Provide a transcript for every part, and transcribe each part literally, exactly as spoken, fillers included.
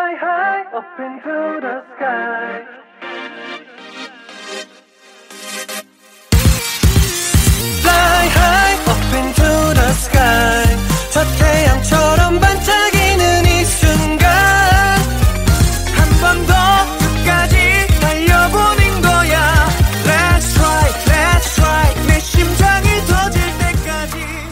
Fly high up into the sky. Fly high up into the sky. 저 태양처럼 반짝이는 이 순간 한 번 더 끝까지 달려보는 거야. Let's try, let's try. 내 심장이 터질 때까지.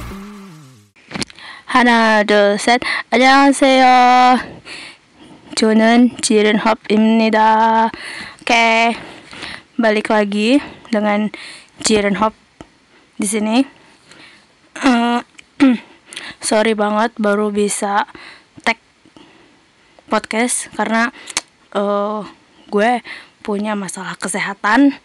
하나, 둘, 셋. 안녕하세요. 저는 지른헙입니다. Oke, balik lagi dengan 지른헙 di sini. Uh, sorry banget baru bisa tag podcast karena uh, gue punya masalah kesehatan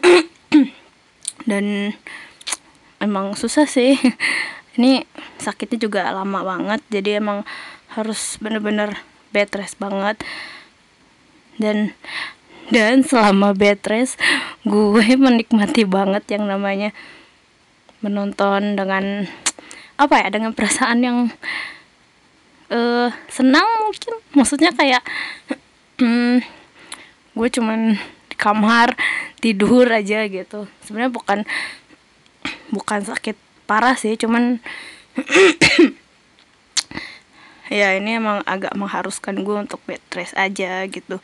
dan emang susah sih. Ini sakitnya juga lama banget, jadi emang harus bener-bener bed rest banget. Dan dan selama bed rest gue menikmati banget yang namanya menonton dengan apa ya, dengan perasaan yang uh, senang mungkin. Maksudnya kayak hmm, gue cuman di kamar tidur aja gitu. Sebenarnya bukan bukan sakit parah sih, cuman ya ini emang agak mengharuskan gue untuk bed rest aja gitu.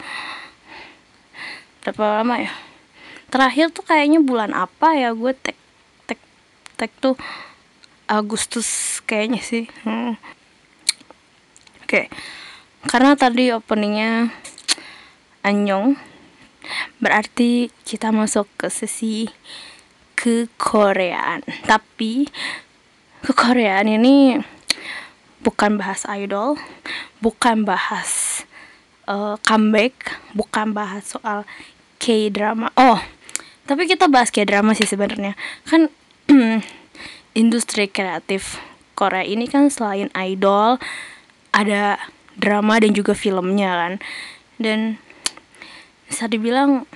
Berapa lama ya? Terakhir tuh kayaknya bulan apa ya gue tag tag tag tuh Agustus kayaknya sih. Hmm. Oke, okay. Karena tadi openingnya Annyeong, berarti kita masuk ke sesi kekoreaan. Tapi kekoreaan ini bukan bahas idol, bukan bahas uh, comeback, bukan bahas soal K-drama. Oh, tapi kita bahas K-drama sih sebenarnya. Kan industri kreatif Korea ini kan selain idol, ada drama dan juga filmnya kan. Dan bisa dibilang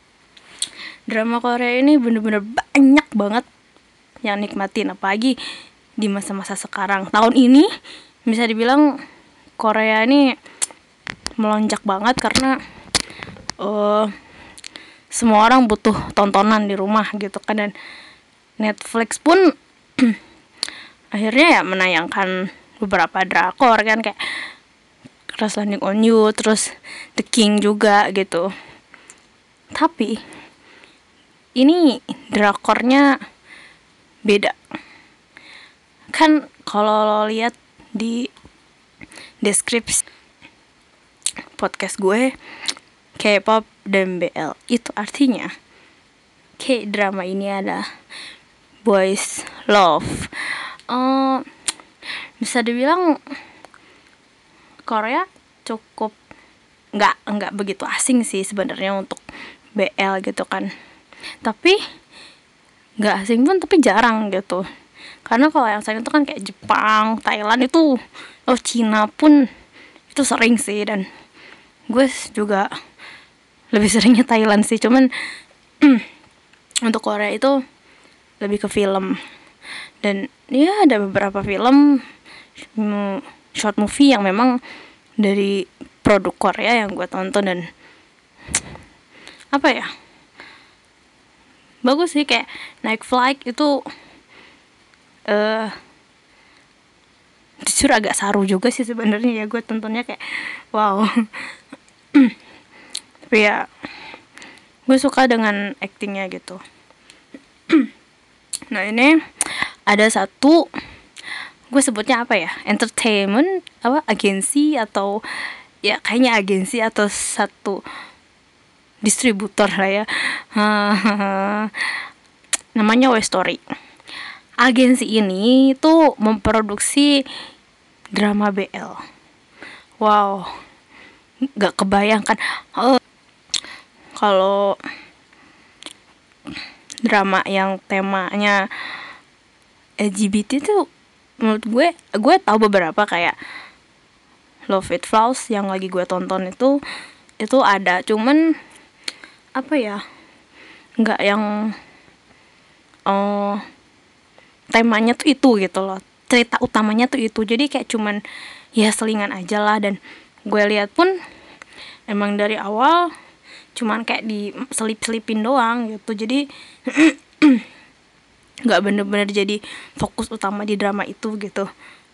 drama Korea ini bener-bener banyak banget yang nikmatin, apalagi di masa-masa sekarang. Tahun ini bisa dibilang Korea ini melonjak banget karena uh, semua orang butuh tontonan di rumah gitu kan. Dan Netflix pun akhirnya ya menayangkan beberapa drakor kan, kayak Crash Landing on You, terus The King juga gitu. Tapi ini drakornya beda. Kan kalau lo lihat di deskripsi podcast gue, K-pop dan B L itu artinya K-drama ini adalah boys love. Uh, bisa dibilang Korea cukup nggak nggak begitu asing sih sebenarnya untuk B L gitu kan. Tapi nggak asing pun tapi jarang gitu. Karena kalau yang saya itu kan kayak Jepang, Thailand itu, oh Cina pun itu sering sih. Dan gue juga lebih seringnya Thailand sih. Cuman untuk Korea itu lebih ke film. Dan ya ada beberapa film short movie yang memang dari produk Korea yang gue tonton dan apa ya, bagus sih. Kayak Night Flight itu uh, jujur agak saru juga sih sebenarnya ya, gue tontonnya kayak wow. Tapi ya gue suka dengan actingnya gitu. Nah ini ada satu, gue sebutnya apa ya, entertainment apa agensi atau ya kayaknya agensi atau satu distributor lah ya. Namanya Westory. Agensi ini tuh memproduksi drama B L. Wow, gak kebayangkan. Oh, kalau drama yang temanya L G B T tuh menurut gue, gue tahu beberapa kayak Love It Flaws yang lagi gue tonton itu itu ada, cuman apa ya, nggak yang oh temanya tuh itu gitu loh, cerita utamanya tuh itu. Jadi kayak cuman ya selingan aja lah. Dan gue lihat pun emang dari awal cuman kayak diselip-selipin doang gitu, jadi nggak bener-bener jadi fokus utama di drama itu gitu.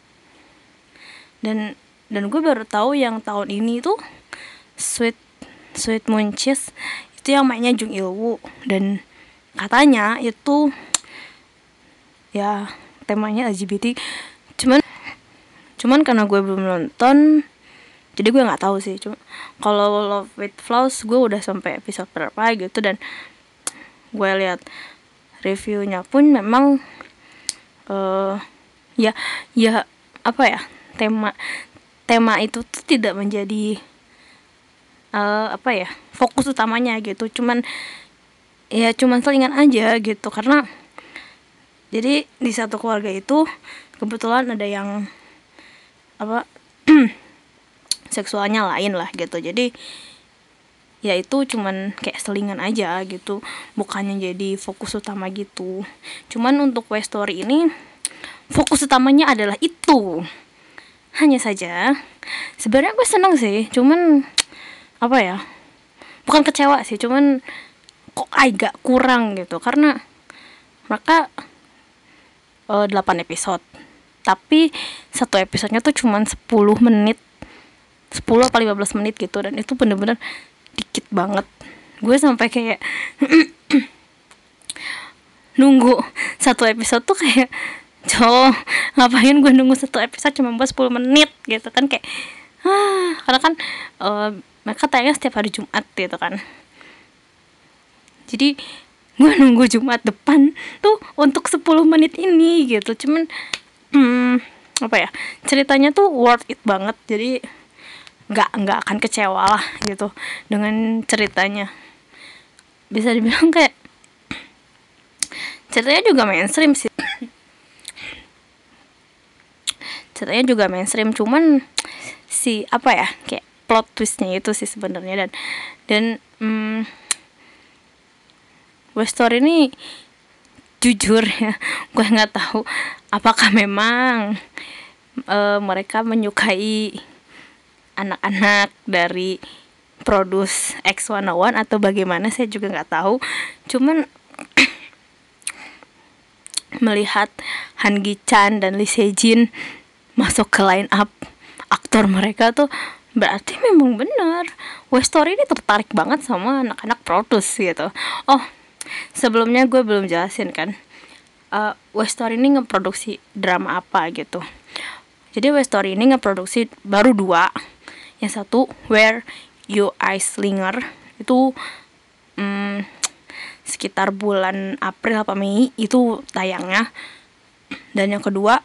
Dan dan gue baru tahu yang tahun ini tuh Sweet Sweet Munchies itu yang mainnya Jung Il Woo, dan katanya itu ya temanya L G B T. Cuman cuman karena gue belum nonton, jadi gue nggak tahu sih. Cuma kalau Love with Flaws gue udah sampai episode berapa gitu, dan gue lihat reviewnya pun memang uh, ya ya apa ya, tema tema itu tuh tidak menjadi uh, apa ya fokus utamanya gitu, cuman ya cuman selingan aja gitu. Karena jadi di satu keluarga itu kebetulan ada yang apa seksualnya lain lah gitu, jadi ya itu cuman kayak selingan aja gitu, bukannya jadi fokus utama gitu. Cuman untuk West Story ini fokus utamanya adalah itu. Hanya saja sebenarnya gue seneng sih, cuman apa ya, bukan kecewa sih, cuman kok agak kurang gitu. Karena mereka uh, delapan episode, tapi satu episodenya tuh cuman sepuluh menit, sepuluh atau lima belas menit gitu, dan itu bener-bener dikit banget. Gue sampai kayak nunggu satu episode tuh kayak, cowok ngapain gue nunggu satu episode cuma buat sepuluh menit gitu kan, kayak ah, karena kan uh, mereka tayangnya setiap hari Jumat gitu kan, jadi gue nunggu Jumat depan tuh untuk sepuluh menit ini gitu. Cuman hmm, apa ya, ceritanya tuh worth it banget, jadi nggak nggak akan kecewa lah gitu dengan ceritanya. Bisa dibilang kayak ceritanya juga mainstream sih ceritanya juga mainstream cuman si apa ya, kayak plot twistnya itu sih sebenarnya. Dan dan hmm, West Story ini jujur ya, gue nggak tahu apakah memang uh, mereka menyukai anak-anak dari Produce X seratus satu atau bagaimana, saya juga nggak tahu. Cuman melihat Han Gi Chan dan Lee Se Jin masuk ke line up aktor mereka tuh berarti memang benar West Story ini tertarik banget sama anak-anak Produce gitu. Oh, sebelumnya gue belum jelasin kan, uh, West Story ini ngeproduksi drama apa gitu. Jadi West Story ini ngeproduksi baru dua. Yang satu Where Your Eyes Linger, itu hmm, sekitar bulan April apa Mei itu tayangnya. Dan yang kedua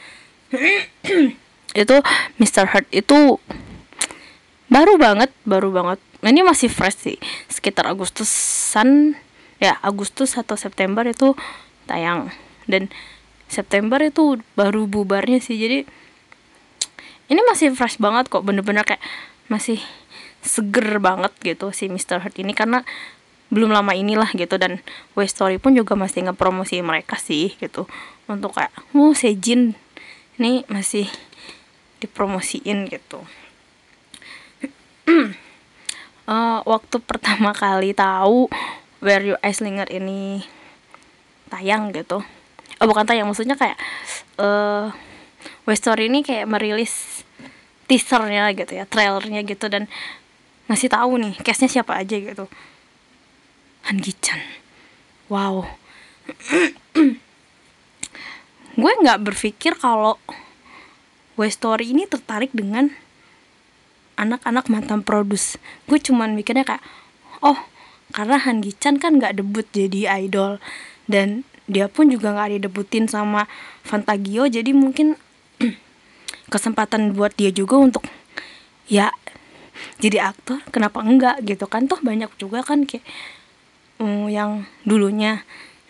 itu mister Heart, itu baru banget, baru banget. Ini masih fresh sih, sekitar Agustusan ya, Agustus atau September itu tayang. Dan September itu baru bubarnya sih, jadi ini masih fresh banget kok, bener-bener kayak masih seger banget gitu si mister Heart ini, karena belum lama inilah gitu. Dan West Story pun juga masih ngepromosi mereka sih gitu, untuk kayak oh Se Jin ini masih dipromosiin gitu. uh, waktu pertama kali tahu Where Your Eyes Linger ini tayang gitu, oh bukan tayang, maksudnya kayak uh, West Story ini kayak merilis teasernya gitu ya, trailernya gitu, dan ngasih tahu nih castnya siapa aja gitu. Han Gi Chan, wow. Gue nggak berpikir kalau West Story ini tertarik dengan anak-anak mantan Produce. Gue cuman mikirnya kayak, oh karena Han Gi Chan kan nggak debut jadi idol, dan dia pun juga nggak didebutin sama Fantagio, jadi mungkin kesempatan buat dia juga untuk ya jadi aktor, kenapa enggak gitu kan. Toh banyak juga kan kayak um, yang dulunya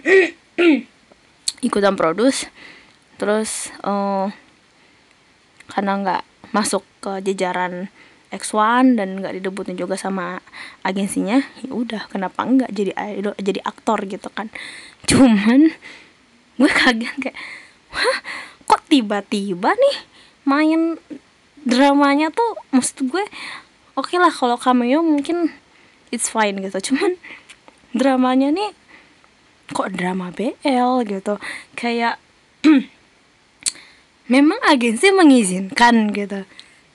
ikutan Produce terus uh, karena nggak masuk ke jajaran X satu dan nggak didebutin juga sama agensinya, ya udah kenapa enggak jadi idol, jadi aktor gitu kan. Cuman gue kaget kayak, wah kok tiba-tiba nih main dramanya tuh, maksud gue oke lah kalau cameo mungkin it's fine gitu, cuman dramanya nih kok drama B L gitu, kayak memang agensi mengizinkan gitu.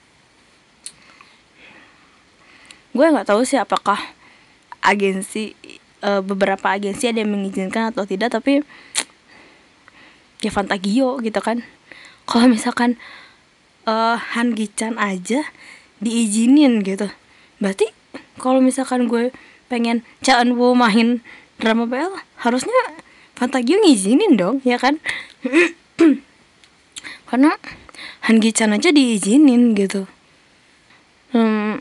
Gue nggak tahu sih apakah agensi e, beberapa agensi ada yang mengizinkan atau tidak, tapi ya Fantagio gitu kan. Kalau misalkan uh, Han Gi-chan aja diizinin gitu, berarti kalau misalkan gue pengen Cha Eun-woo main drama B L, harusnya Fantagio ngizinin dong, ya kan? Karena Han Gi-chan aja diizinin gitu. Hmm,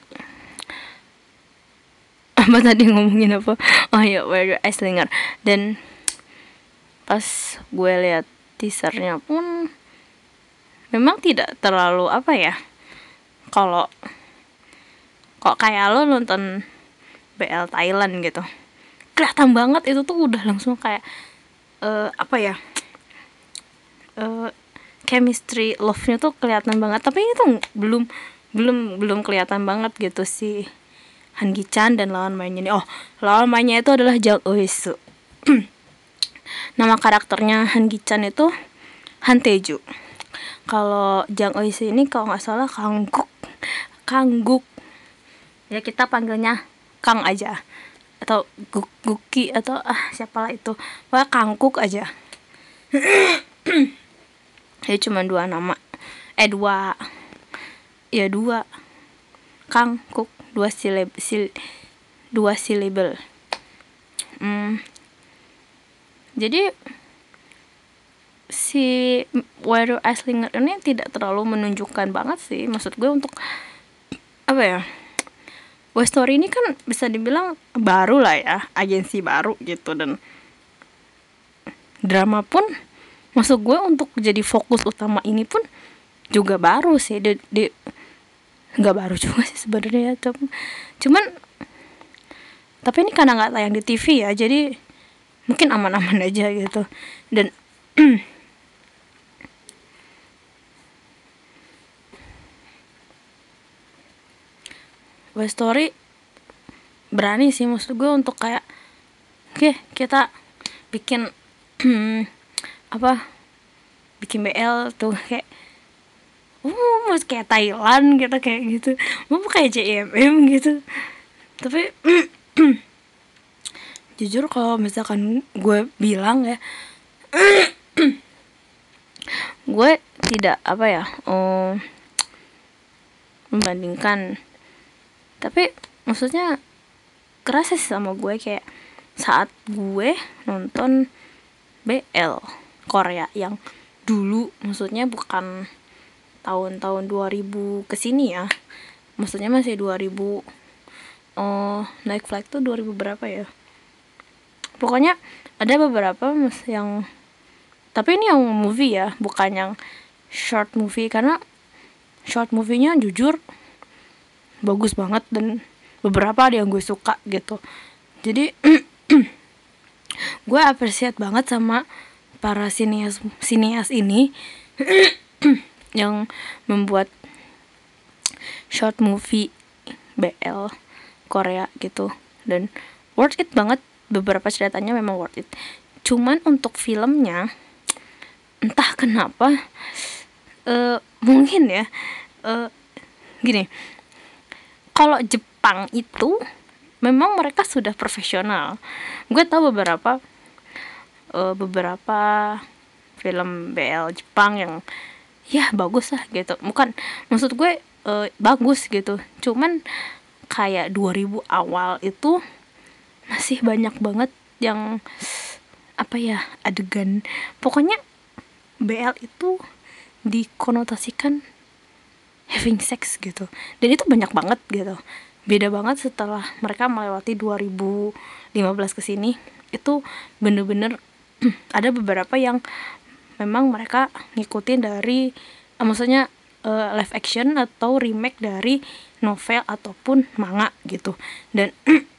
apa tadi ngomongin apa? Oh ya, Where Your Eyes Linger. Dan pas gue lihat teasernya pun memang tidak terlalu apa ya, kalau kok kayak lo nonton B L Thailand gitu, kelihatan banget itu tuh udah langsung kayak uh, apa ya, uh, chemistry love-nya tuh kelihatan banget. Tapi itu belum belum belum kelihatan banget gitu si Han Gi-chan dan lawan mainnya nih. Oh, lawan mainnya itu adalah Jang Eui-soo. Nama karakternya Han Gi-chan itu Han Tae-ju. Kalau Jang Eui-soo ini kalau nggak salah Kangguk, Kangguk. Ya kita panggilnya Kang aja, atau Guk, Guki atau ah siapalah itu, pokoknya Kangguk aja. Ya cuma dua nama, eh dua, ya dua, Kangguk, dua silib, sil, dua silibel. Hmm. Jadi si Where Your Eyes Linger ini tidak terlalu menunjukkan banget sih, maksud gue untuk apa ya, West Story ini kan bisa dibilang baru lah ya, agensi baru gitu, dan drama pun maksud gue untuk jadi fokus utama ini pun juga baru sih. Di, di nggak baru juga sih sebenarnya, cuman tapi ini karena nggak tayang di T V ya, jadi mungkin aman-aman aja gitu. Dan West Story berani sih maksud gue untuk kayak oke okay, kita bikin apa bikin B L tuh kayak uh mau kayak Thailand gitu, kayak gitu, mau kayak J M M gitu. Tapi jujur kalau misalkan gue bilang ya, gue tidak apa ya um, membandingkan, tapi maksudnya kerasa sih sama gue kayak saat gue nonton B L Korea yang dulu, maksudnya bukan tahun-tahun dua ribu kesini ya, maksudnya masih dua ribu, oh Night Flight tuh dua ribu berapa ya, pokoknya ada beberapa yang, tapi ini yang movie ya, bukan yang short movie, karena short movie-nya jujur bagus banget dan beberapa ada yang gue suka gitu. Jadi gue appreciate banget sama para sinias sinias ini yang membuat short movie B L Korea gitu, dan worth it banget. Beberapa ceritanya memang worth it, cuman untuk filmnya entah kenapa uh, mungkin ya uh, gini, kalau Jepang itu memang mereka sudah profesional. Gue tahu beberapa uh, beberapa film B L Jepang yang ya bagus lah gitu, bukan maksud gue uh, bagus gitu, cuman kayak dua ribu awal itu masih banyak banget yang apa ya, adegan, pokoknya B L itu dikonotasikan having sex gitu, dan itu banyak banget gitu. Beda banget setelah mereka melewati dua ribu lima belas kesini, itu bener-bener ada beberapa yang memang mereka ngikutin dari uh, maksudnya uh, live action atau remake dari novel ataupun manga gitu. Dan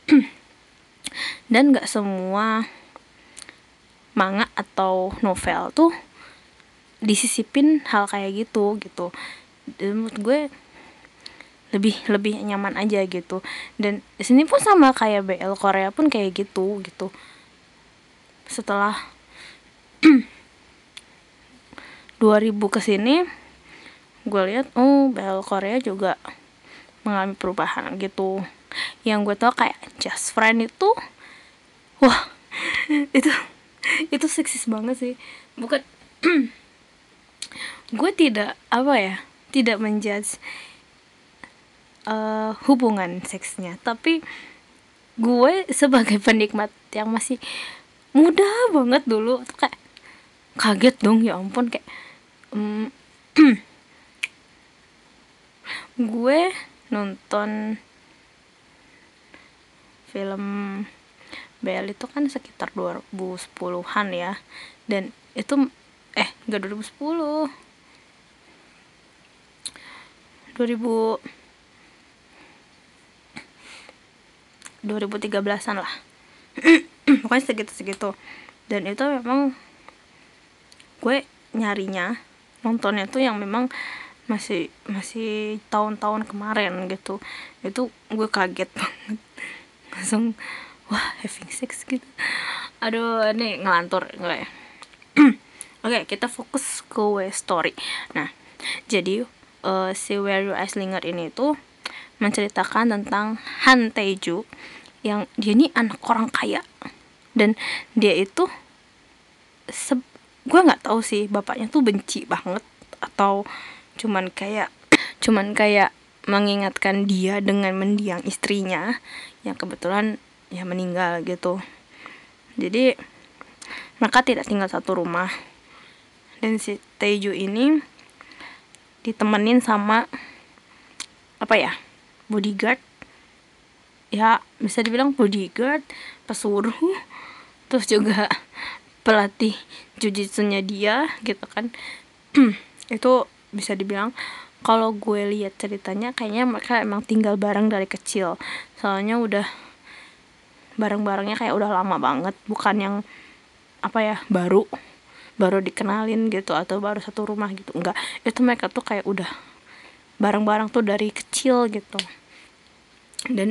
dan nggak semua manga atau novel tuh disisipin hal kayak gitu gitu. Dan menurut gue lebih lebih nyaman aja gitu. Dan di sini pun sama kayak B L Korea pun kayak gitu gitu. Setelah dua ribu kesini gue lihat oh B L Korea juga mengalami perubahan gitu. Yang gue tau kayak Just Friend itu wah itu itu seksis banget sih. Bukan gue tidak apa ya tidak menjudge uh, hubungan seksnya, tapi gue sebagai penikmat yang masih muda banget dulu tuh kayak kaget dong, ya ampun kayak um, gue nonton film B L itu kan sekitar dua ribu sepuluhan ya, dan itu eh enggak dua ribu sepuluh dua ribu dua ribu tiga belasan lah pokoknya segitu-segitu. Dan itu memang gue nyarinya nontonnya tuh yang memang masih masih tahun-tahun kemarin gitu. Itu gue kaget banget langsung wah having sex gitu. Aduh ini ngelantur enggak ya. Oke, okay, kita fokus ke W story. Nah, jadi uh, si Where Your Eyes Linger ini tuh menceritakan tentang Han Tae-ju yang dia ini anak orang kaya, dan dia itu se- gue nggak tahu sih bapaknya tuh benci banget atau cuman kayak cuman kayak mengingatkan dia dengan mendiang istrinya yang kebetulan ya meninggal gitu. Jadi mereka tidak tinggal satu rumah, dan si Taeju ini ditemenin sama apa ya bodyguard, ya bisa dibilang bodyguard, pesuruh, terus juga pelatih jujitsunya dia gitu kan. Itu bisa dibilang kalau gue lihat ceritanya kayaknya mereka emang tinggal bareng dari kecil, soalnya udah bareng-barengnya kayak udah lama banget, bukan yang apa ya baru baru dikenalin gitu atau baru satu rumah gitu, enggak, itu mereka tuh kayak udah bareng-bareng tuh dari kecil gitu. Dan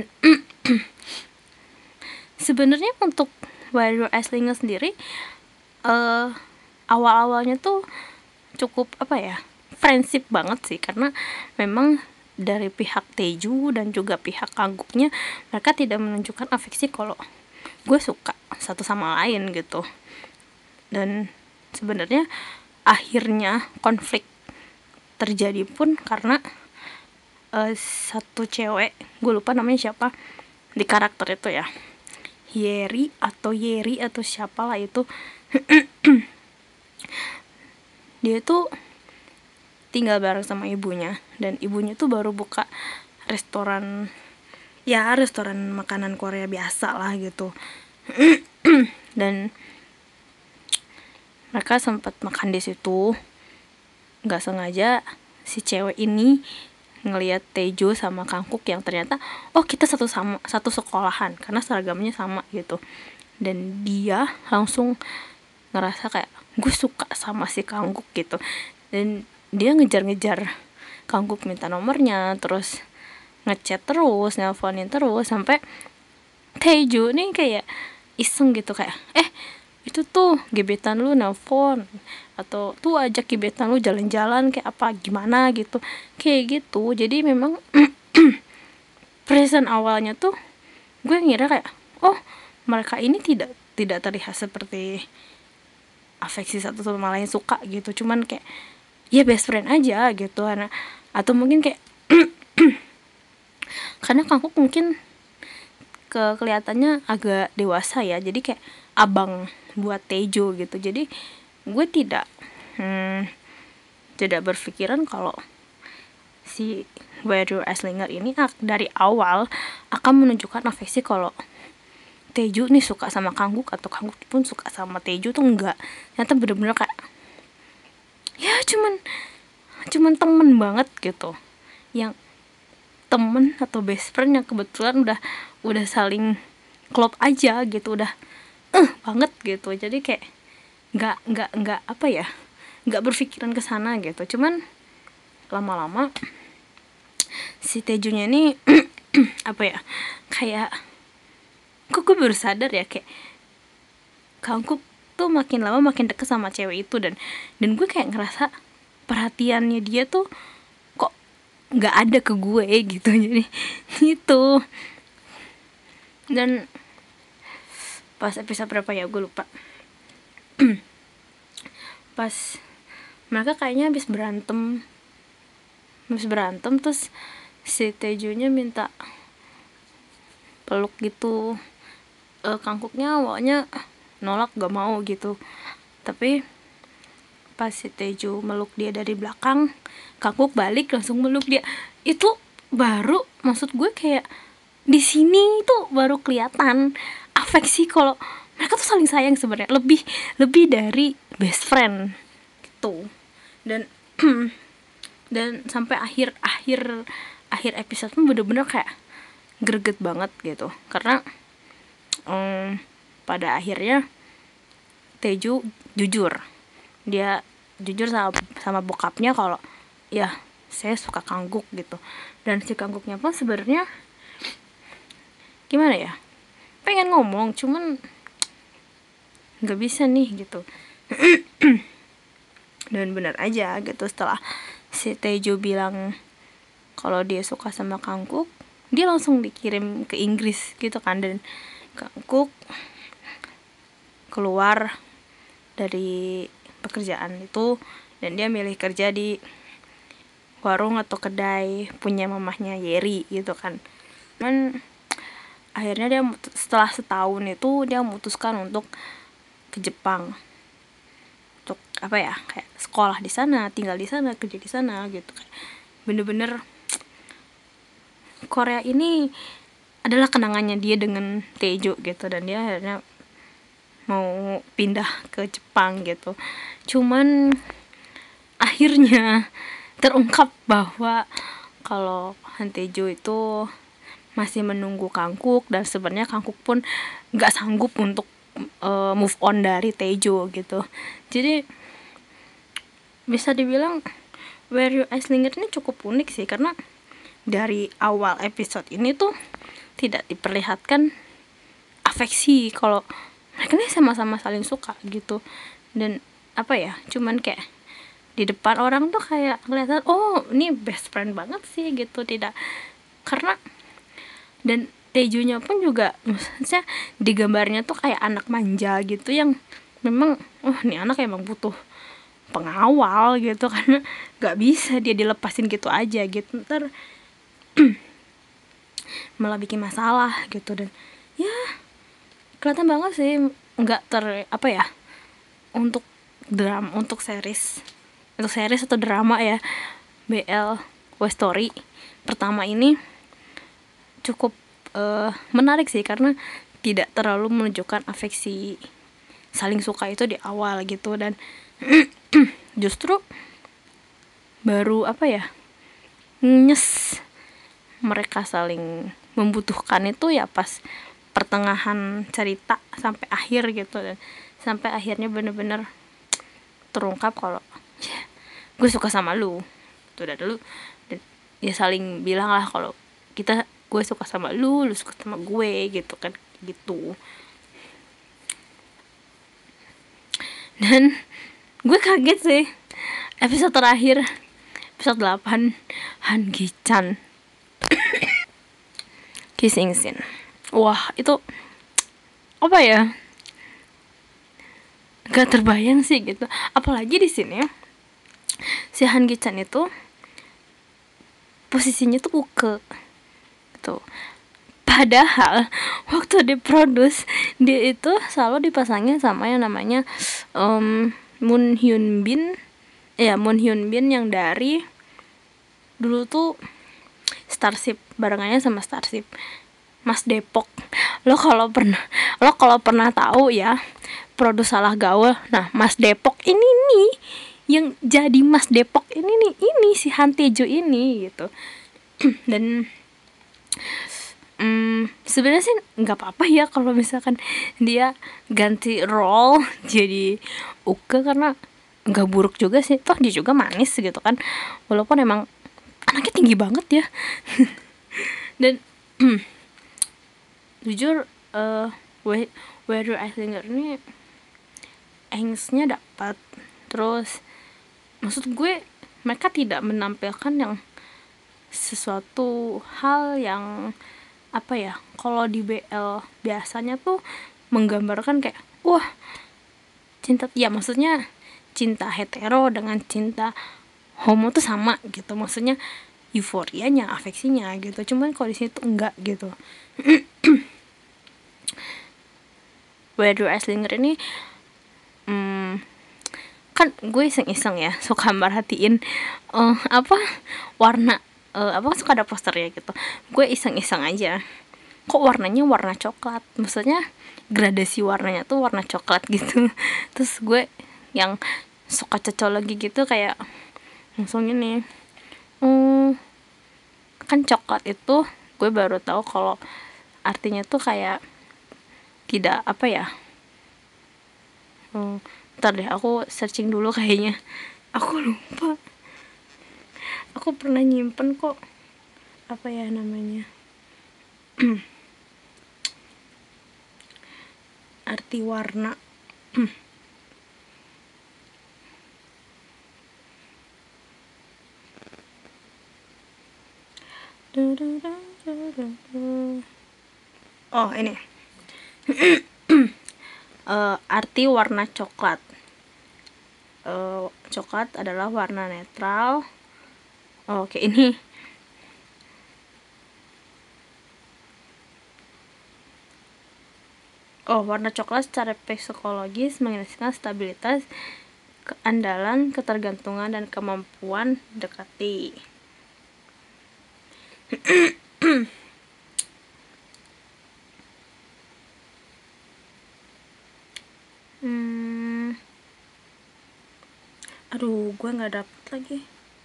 sebenarnya untuk Where Your Eyes Linger sendiri uh, awal-awalnya tuh cukup apa ya friendship banget sih, karena memang dari pihak Taeju dan juga pihak Kangguknya mereka tidak menunjukkan afeksi kalau gue suka satu sama lain gitu. Dan sebenarnya akhirnya konflik terjadi pun karena uh, satu cewek, gue lupa namanya siapa di karakter itu ya, Yeri atau Yeri atau siapalah itu dia tuh tinggal bareng sama ibunya, dan ibunya tuh baru buka restoran, ya restoran makanan Korea biasa lah gitu. Dan mereka sempat makan di situ, nggak sengaja si cewek ini ngelihat Taeju sama Kangkuk yang ternyata oh kita satu sama satu sekolahan karena seragamnya sama gitu. Dan dia langsung ngerasa kayak gue suka sama si Kangkuk gitu, dan dia ngejar-ngejar Kangkuk minta nomornya, terus ngechat terus, nelponin terus, sampai Taeju nih kayak iseng gitu kayak eh itu tuh gebetan lu nelpon, atau tuh ajak gebetan lu jalan-jalan kayak apa gimana gitu kayak gitu. Jadi memang present awalnya tuh gue ngira kayak oh mereka ini tidak tidak terlihat seperti afeksi satu sama lain suka gitu, cuman kayak ya best friend aja gitu. Karena atau mungkin kayak karena Kangkuk mungkin ke kelihatannya agak dewasa ya, jadi kayak abang buat Taeju gitu. Jadi gue tidak hmm, tidak berpikiran kalau si Where Your Eyes Linger ini dari awal akan menunjukkan afeksi kalau Taeju nih suka sama Kangkuk atau Kangkuk pun suka sama Taeju, tuh enggak. Ternyata bener-bener kayak ya cuman cuman temen banget gitu, yang temen atau best friend yang kebetulan udah udah saling klop aja gitu, udah eh uh, banget gitu. Jadi kayak nggak nggak nggak apa ya nggak berpikiran ke sana gitu. Cuman lama-lama si Taejunya ini apa ya, kayak kok gue baru sadar ya, kayak Kangkuk tuh makin lama makin deket sama cewek itu, dan dan gue kayak ngerasa perhatiannya dia tuh kok nggak ada ke gue gitu. Jadi gitu. Dan pas episode berapa ya gue lupa, pas mereka kayaknya habis berantem habis berantem terus si Taejunya minta peluk gitu. e, Kangkuknya awalnya nolak, gak mau gitu, tapi pas si Taeju meluk dia dari belakang, Kangkuk balik langsung meluk dia. Itu baru, maksud gue kayak di sini tuh baru kelihatan afeksi kalau mereka tuh saling sayang sebenarnya, lebih lebih dari best friend gitu. Dan dan sampai akhir akhir akhir episode tuh bener-bener kayak greget banget gitu, karena um, pada akhirnya Taeju jujur, dia jujur sama sama bokapnya kalau ya saya suka Kangkuk gitu. Dan si Kangkuknya pun sebenarnya gimana ya, pengen ngomong cuman nggak bisa nih gitu. Dan benar aja gitu, setelah si Taeju bilang kalau dia suka sama Kangkuk, dia langsung dikirim ke Inggris gitu kan. Dan Kangkuk keluar dari pekerjaan itu dan dia milih kerja di warung atau kedai punya mamahnya Yeri gitu kan. Dan akhirnya dia setelah setahun itu dia memutuskan untuk ke Jepang, untuk apa ya, kayak sekolah di sana, tinggal di sana, kerja di sana gitu. Kayak bener-bener Korea ini adalah kenangannya dia dengan Taeju gitu, dan dia akhirnya mau pindah ke Jepang gitu. Cuman akhirnya terungkap bahwa kalau Han Taeju itu masih menunggu Kangkuk, dan sebenarnya Kangkuk pun nggak sanggup untuk uh, move on dari Taeju gitu. Jadi bisa dibilang Where Your Eyes Linger ini cukup unik sih, karena dari awal episode ini tuh tidak diperlihatkan afeksi kalau mereka ini sama-sama saling suka gitu. Dan apa ya, cuman kayak di depan orang tuh kayak kelihatan oh ini best friend banget sih gitu, tidak. Karena dan Taejunya pun juga maksudnya di gambarnya tuh kayak anak manja gitu, yang memang oh ini anak emang butuh pengawal gitu, karena nggak bisa dia dilepasin gitu aja gitu, ntar malah bikin masalah gitu. Dan ya kelihatan banget sih nggak ter apa ya, untuk drama, untuk series untuk series atau drama ya, B L West Story pertama ini cukup uh, menarik sih, karena tidak terlalu menunjukkan afeksi saling suka itu di awal gitu. Dan justru baru apa ya, nyes mereka saling membutuhkan itu ya pas pertengahan cerita sampai akhir gitu. Dan sampai akhirnya bener-bener terungkap kalau ya, gue suka sama lu tuh dari dulu. Dan ya saling bilang lah kalau kita, gue suka sama lu, lu suka sama gue gitu kan, gitu. Dan gue kaget sih episode terakhir, episode delapan, Han Gi-chan kissing scene. Wah itu apa ya, gak terbayang sih gitu. Apalagi di sini si Han Gi-chan itu posisinya tuh uke gitu. Padahal waktu diproduce dia itu selalu dipasangin sama yang namanya um, Moon Hyun Bin. Ya Moon Hyun Bin yang dari dulu tuh Starship, barengannya sama Starship, Mas Depok. Lo kalau pernah lo kalau pernah tahu ya produs Salah Gaul, nah Mas Depok ini nih yang jadi Mas Depok ini nih, ini si Han Taeju ini gitu. Dan Hmm, sebenarnya sih nggak apa-apa ya kalau misalkan dia ganti role jadi Uke, karena nggak buruk juga sih, toh dia juga manis gitu kan. Walaupun emang anaknya tinggi banget ya. Dan jujur uh, Weird Eislinger ini angsnya dapat. Terus maksud gue mereka tidak menampilkan yang sesuatu hal yang apa ya, kalau di B L biasanya tuh menggambarkan kayak wah cinta, ya maksudnya cinta hetero dengan cinta homo tuh sama gitu, maksudnya euforianya, afeksinya gitu. Cuman kalau di sini tuh enggak gitu. Weird Eislinger ini hmm, kan gue iseng-iseng ya suka merhatiin uh, apa warna uh, apa suka ada posternya gitu. Gue iseng-iseng aja, kok warnanya warna coklat, maksudnya gradasi warnanya tuh warna coklat gitu. Terus gue yang suka cocologi gitu kayak langsung ini, hmm, kan coklat itu gue baru tahu kalau artinya tuh kayak tidak apa ya, hmm, ntar deh aku searching dulu kayaknya, aku lupa. Aku pernah nyimpen kok, apa ya namanya, arti warna. Oh ini uh, arti warna coklat. Uh, coklat adalah warna netral. Oh, oke, ini oh warna coklat secara psikologis menginisikan stabilitas, keandalan, ketergantungan, dan kemampuan dekati. hmm. Aduh, gue nggak dapet lagi.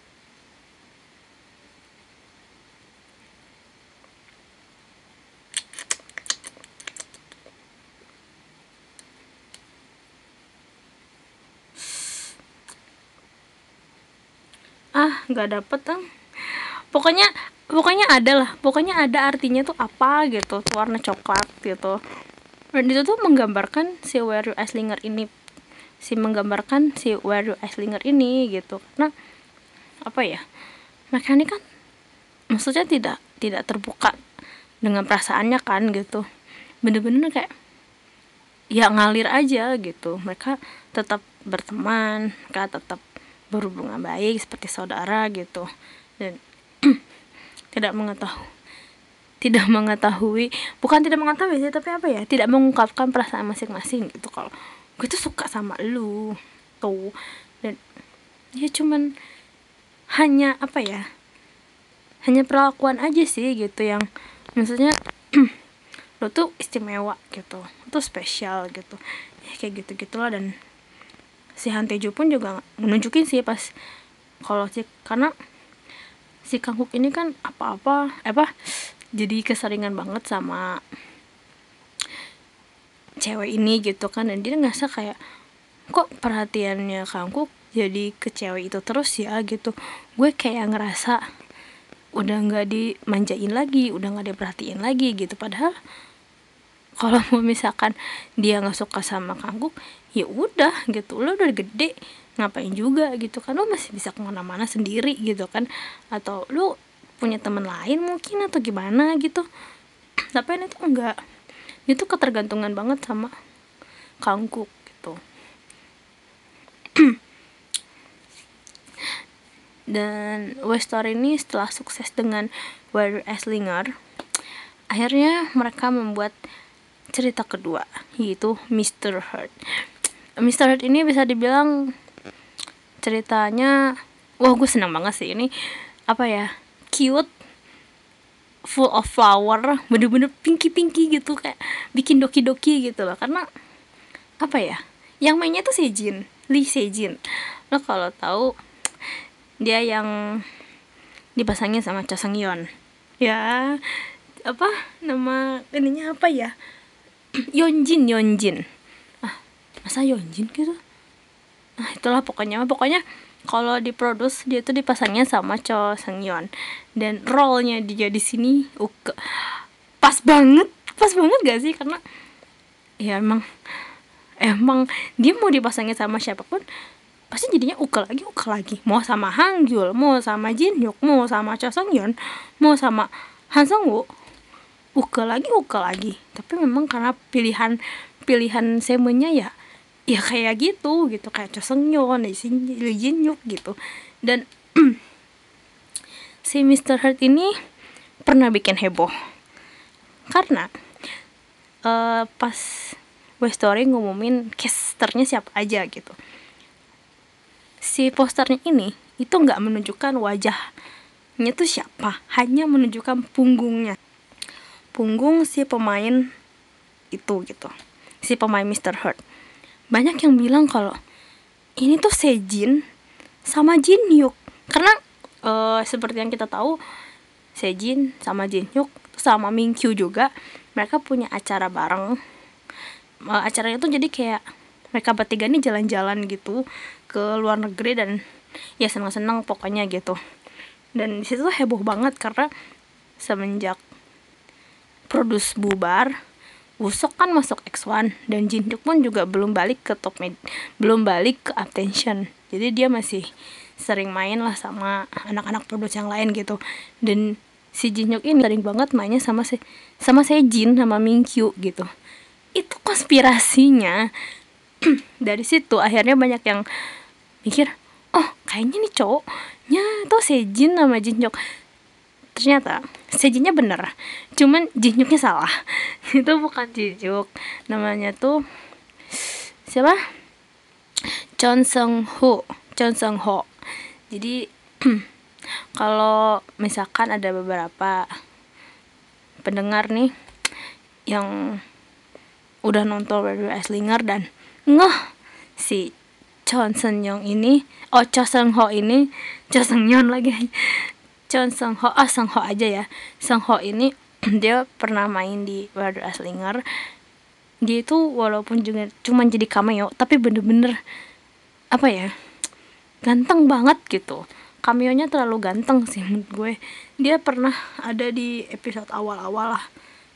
Ah, nggak dapet ah. Pokoknya pokoknya ada lah, pokoknya ada artinya tuh apa gitu, tuh warna coklat gitu. Dan itu tuh menggambarkan si Weird Eislinger ini, si menggambarkan si Weird Eislinger ini gitu. Karena apa ya, mereka ini kan maksudnya tidak tidak terbuka dengan perasaannya kan gitu, bener-bener kayak ya ngalir aja gitu. Mereka tetap berteman, mereka tetap berhubungan baik seperti saudara gitu, dan tidak mengetahui tidak mengetahui bukan tidak mengetahui sih, tapi apa ya, tidak mengungkapkan perasaan masing-masing gitu. Kalau gue tuh suka sama lu tuh, dan ya cuman hanya apa ya, hanya perlakuan aja sih gitu, yang maksudnya lo tuh istimewa gitu, lo tuh spesial gitu ya, kayak gitu gitulah. Dan si Han Tae-joo pun juga menunjukin sih pas kalau si, karena si Kangkook ini kan apa-apa apa jadi keseringan banget sama cewek ini gitu kan, dan dia ngerasa kayak kok perhatiannya Kangkook jadi ke cewek itu terus ya gitu. Gue kayak ngerasa udah nggak dimanjain lagi, udah nggak diperhatiin lagi gitu. Padahal kalau mau misalkan dia nggak suka sama Kangkook, ya udah gitu, lo udah gede, ngapain juga gitu kan, lo masih bisa kemana-mana sendiri gitu kan, atau lo punya teman lain mungkin atau gimana gitu. Tapi ini tuh enggak, dia tuh ketergantungan banget sama Kangkook gitu. Dan West Story ini setelah sukses dengan Weird Eislinger, akhirnya mereka membuat cerita kedua, yaitu Mister Heart. Mister Heart ini bisa dibilang ceritanya, wah gue senang banget sih ini, apa ya, cute, full of flower, bener-bener pinky-pinky gitu, kayak bikin doki-doki gitu loh. Karena apa ya, yang mainnya tuh Sejin, Lee Sejin. Lo kalau tahu dia yang dipasangin sama Cha Sang-yeon. Ya, apa nama ininya apa ya? Yeonjin, Yeonjin. Ah, masa Yeonjin gitu? Nah, itulah pokoknya, pokoknya kalau diproduce dia tuh dipasangnya sama Cho Seung Yeon, dan role-nya dia di sini uke pas banget, pas banget gak sih? Karena ya emang emang dia mau dipasangnya sama siapapun pasti jadinya uke lagi uke lagi, mau sama Hang Gyul, mau sama Jin Hyuk, mau sama Cho Seung Yeon, mau sama Han Sang Woo, uke lagi uke lagi. Tapi memang karena pilihan pilihan semenya ya ya kayak gitu gitu, kayak Cho Seung Yeon, Lee Jin Hyuk gitu. Dan si mister Heart ini pernah bikin heboh karena uh, pas West Story ngumumin casternya siapa aja gitu. Si posternya ini itu nggak menunjukkan wajahnya tuh siapa, hanya menunjukkan punggungnya, punggung si pemain itu gitu, si pemain mister Heart. Banyak yang bilang kalau ini tuh Sejin sama Jin Hyuk, karena uh, seperti yang kita tahu Sejin sama Jin Hyuk sama Mingkyu juga mereka punya acara bareng. Uh, acaranya tuh jadi kayak mereka bertiga nih jalan-jalan gitu ke luar negeri dan ya senang-senang pokoknya gitu. Dan di situ tuh heboh banget karena semenjak Produce bubar, Wusok kan masuk X one dan Jin Hyuk pun juga belum balik ke top med, belum balik ke Attention. Jadi dia masih sering main lah sama anak-anak Produce yang lain gitu. Dan si Jin Hyuk ini sering banget mainnya sama si sama Sejin sama Mingkyu gitu. Itu konspirasinya. Dari situ akhirnya banyak yang mikir, oh kayaknya nih cowoknya tuh Sejin sama Jin Hyuk. Ternyata Sejinnya bener, cuman Jin Hyuknya salah. Itu bukan Jin Hyuk, namanya tuh siapa? Chon Seung Ho, Chon Seung Ho. Jadi kalau misalkan ada beberapa pendengar nih yang udah nonton Radio Eslinger dan ngeh si Chon Seung Yeon ini, oh Cho Seung Ho ini, Cho Seung Yeon lagi, Chon Seung Ho, ah Seung Ho aja ya. Seung Ho ini dia pernah main di Radio Eslinger. Dia itu walaupun juga cuma jadi cameo, tapi bener-bener apa ya, ganteng banget gitu. Cameo-nya terlalu ganteng sih menurut gue. Dia pernah ada di episode awal-awal lah.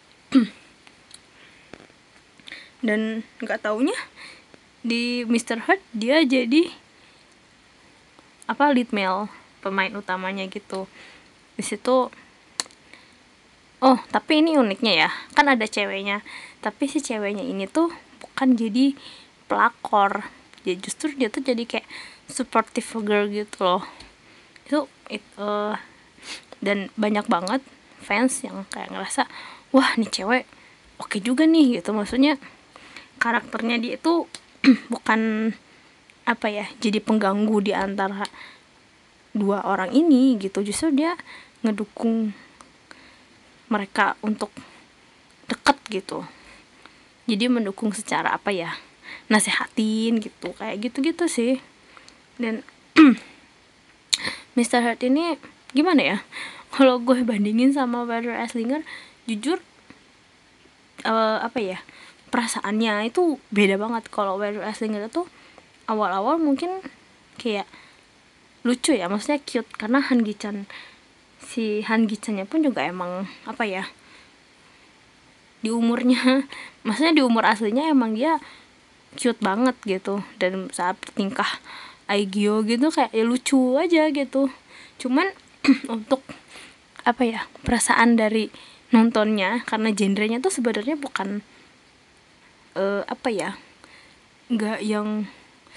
Dan nggak taunya di mister Heart dia jadi apa lead male, pemain utamanya gitu. Di situ oh tapi ini uniknya ya, kan ada ceweknya, tapi si ceweknya ini tuh bukan jadi pelakor, jadi justru dia tuh jadi kayak supportive girl gitu loh. Itu it, uh, dan banyak banget fans yang kayak ngerasa wah nih cewek oke juga nih gitu. Maksudnya karakternya dia itu bukan apa ya, jadi pengganggu di antara dua orang ini gitu. Justru dia ngedukung mereka untuk deket gitu. Jadi mendukung secara apa ya, nasehatin gitu, kayak gitu-gitu sih. Dan mister Heart ini gimana ya, kalau gue bandingin sama Brother Eslinger, jujur uh, apa ya, perasaannya itu beda banget. Kalau Brother Eslinger itu awal-awal mungkin kayak lucu ya, maksudnya cute karena Han Gi-chan, si Han Gi-channya pun juga emang apa ya, di umurnya maksudnya di umur aslinya emang dia cute banget gitu. Dan saat tingkah Aegyo gitu kayak ya lucu aja gitu. Cuman untuk apa ya, perasaan dari nontonnya, karena genrenya tuh sebenarnya bukan uh, apa ya, nggak yang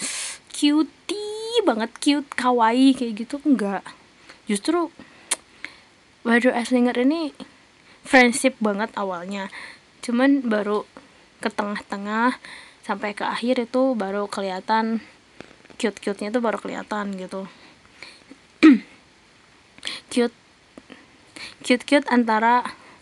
cutie banget, cute kawaii kayak gitu, enggak. Justru Brother Eslinger ini friendship banget awalnya, cuman baru ke tengah-tengah sampai ke akhir itu baru kelihatan cute-cute-nya tuh baru kelihatan gitu. cute cute-cute antara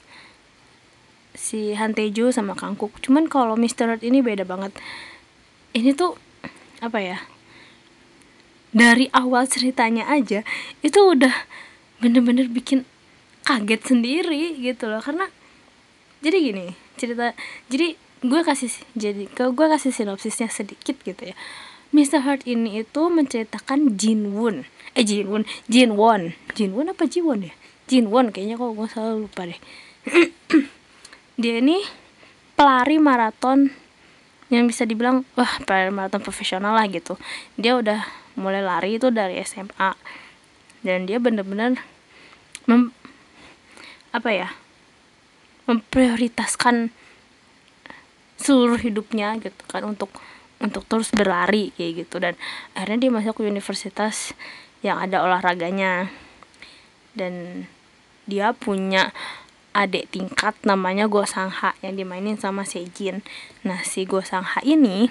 si Han Tae-ju sama Kangkuk. Cuman kalau mister Heart ini beda banget. Ini tuh apa ya, dari awal ceritanya aja itu udah bener-bener bikin kaget sendiri gitu loh. Karena jadi gini cerita, jadi gue kasih jadi ke gue kasih sinopsisnya sedikit gitu ya. mister Heart ini itu menceritakan Jinwon eh Jinwon Jinwon Jinwon apa Jiwon ya Jinwon kayaknya, kok gue selalu lupa deh. Dia ini pelari maraton yang bisa dibilang wah pelari maraton profesional lah gitu. Dia udah mulai lari itu dari S M A dan dia bener-bener mem, apa ya memprioritaskan seluruh hidupnya gitu kan untuk untuk terus berlari kayak gitu, dan akhirnya dia masuk ke universitas yang ada olahraganya, dan dia punya adik tingkat namanya Go Sang-ha yang dimainin sama Sejin. Nah si Go Sang-ha ini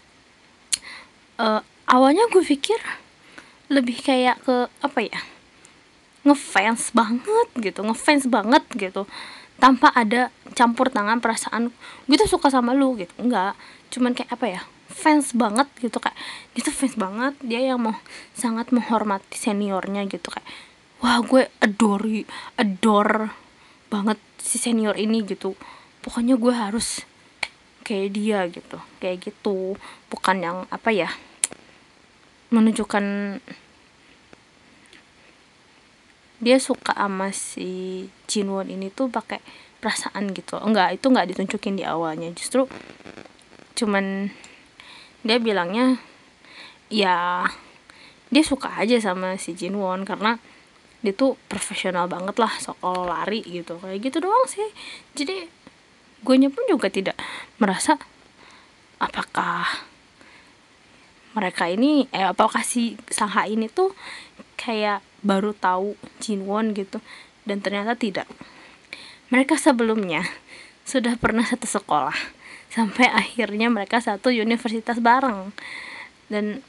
uh, awalnya gue pikir lebih kayak ke apa ya ngefans banget gitu ngefans banget gitu tanpa ada campur tangan perasaan gue tuh suka sama lu gitu, enggak, cuman kayak apa ya fans banget gitu, kayak dia tuh fans banget, dia yang mau sangat menghormati seniornya gitu, kayak wah gue adore adore banget si senior ini gitu, pokoknya gue harus kayak dia gitu, kayak gitu, bukan yang apa ya menunjukkan dia suka sama si Jinwon ini tuh pakai perasaan gitu, enggak, itu enggak ditunjukin di awalnya, justru cuman dia bilangnya ya dia suka aja sama si Jinwon karena dia tuh profesional banget lah soal lari gitu, kayak gitu doang sih. Jadi guenya pun juga tidak merasa apakah mereka ini eh apakah si Sang-ha ini tuh kayak baru tahu Jinwon gitu, dan ternyata tidak, mereka sebelumnya sudah pernah satu sekolah sampai akhirnya mereka satu universitas bareng. Dan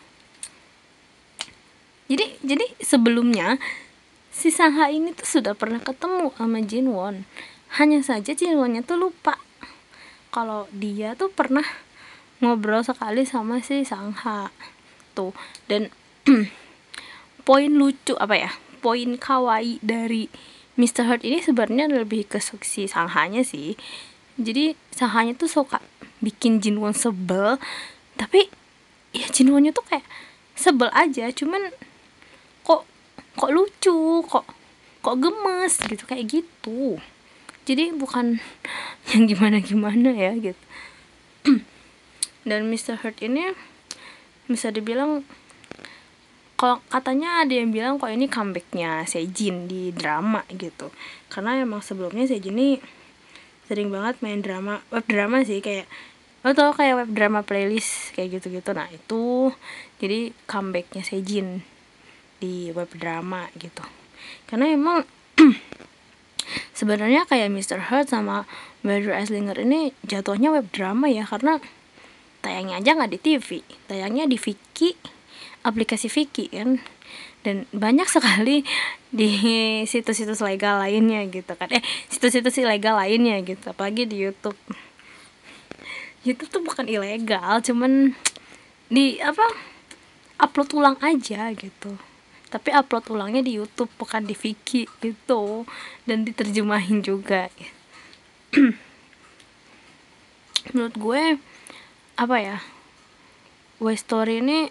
jadi jadi sebelumnya si Sang-ha ini tuh sudah pernah ketemu sama Jinwon, hanya saja Jinwonnya tuh lupa kalau dia tuh pernah ngobrol sekali sama si Sang-ha tuh. Dan poin lucu apa ya poin kawaii dari mister Heart ini sebenarnya lebih ke si Sang-ha-nya sih. Jadi Sang-ha-nya tuh suka bikin Jinwon sebel, tapi ya Jinwonnya tuh kayak sebel aja, cuman kok kok lucu, kok kok gemes gitu, kayak gitu. Jadi bukan yang gimana-gimana ya gitu. Dan mister Heart ini bisa dibilang, kalau katanya ada yang bilang kok ini comebacknya Sejin di drama gitu, karena emang sebelumnya Sejin ini sering banget main drama, web drama sih, kayak lo tau kayak web drama playlist kayak gitu-gitu. Nah itu jadi comebacknya Sejin di web drama gitu, karena emang sebenarnya kayak mister Heart sama Badru Aslinger ini jatuhnya web drama ya, karena tayangnya aja nggak di T V, tayangnya di Viki, aplikasi Viki kan, dan banyak sekali di situs-situs legal lainnya gitu kan, eh situs-situs ilegal lainnya gitu, apalagi di YouTube. YouTube tuh bukan ilegal, cuman di apa upload ulang aja gitu, tapi upload ulangnya di YouTube bukan di Viki gitu, dan diterjemahin juga. Menurut gue apa ya West Story ini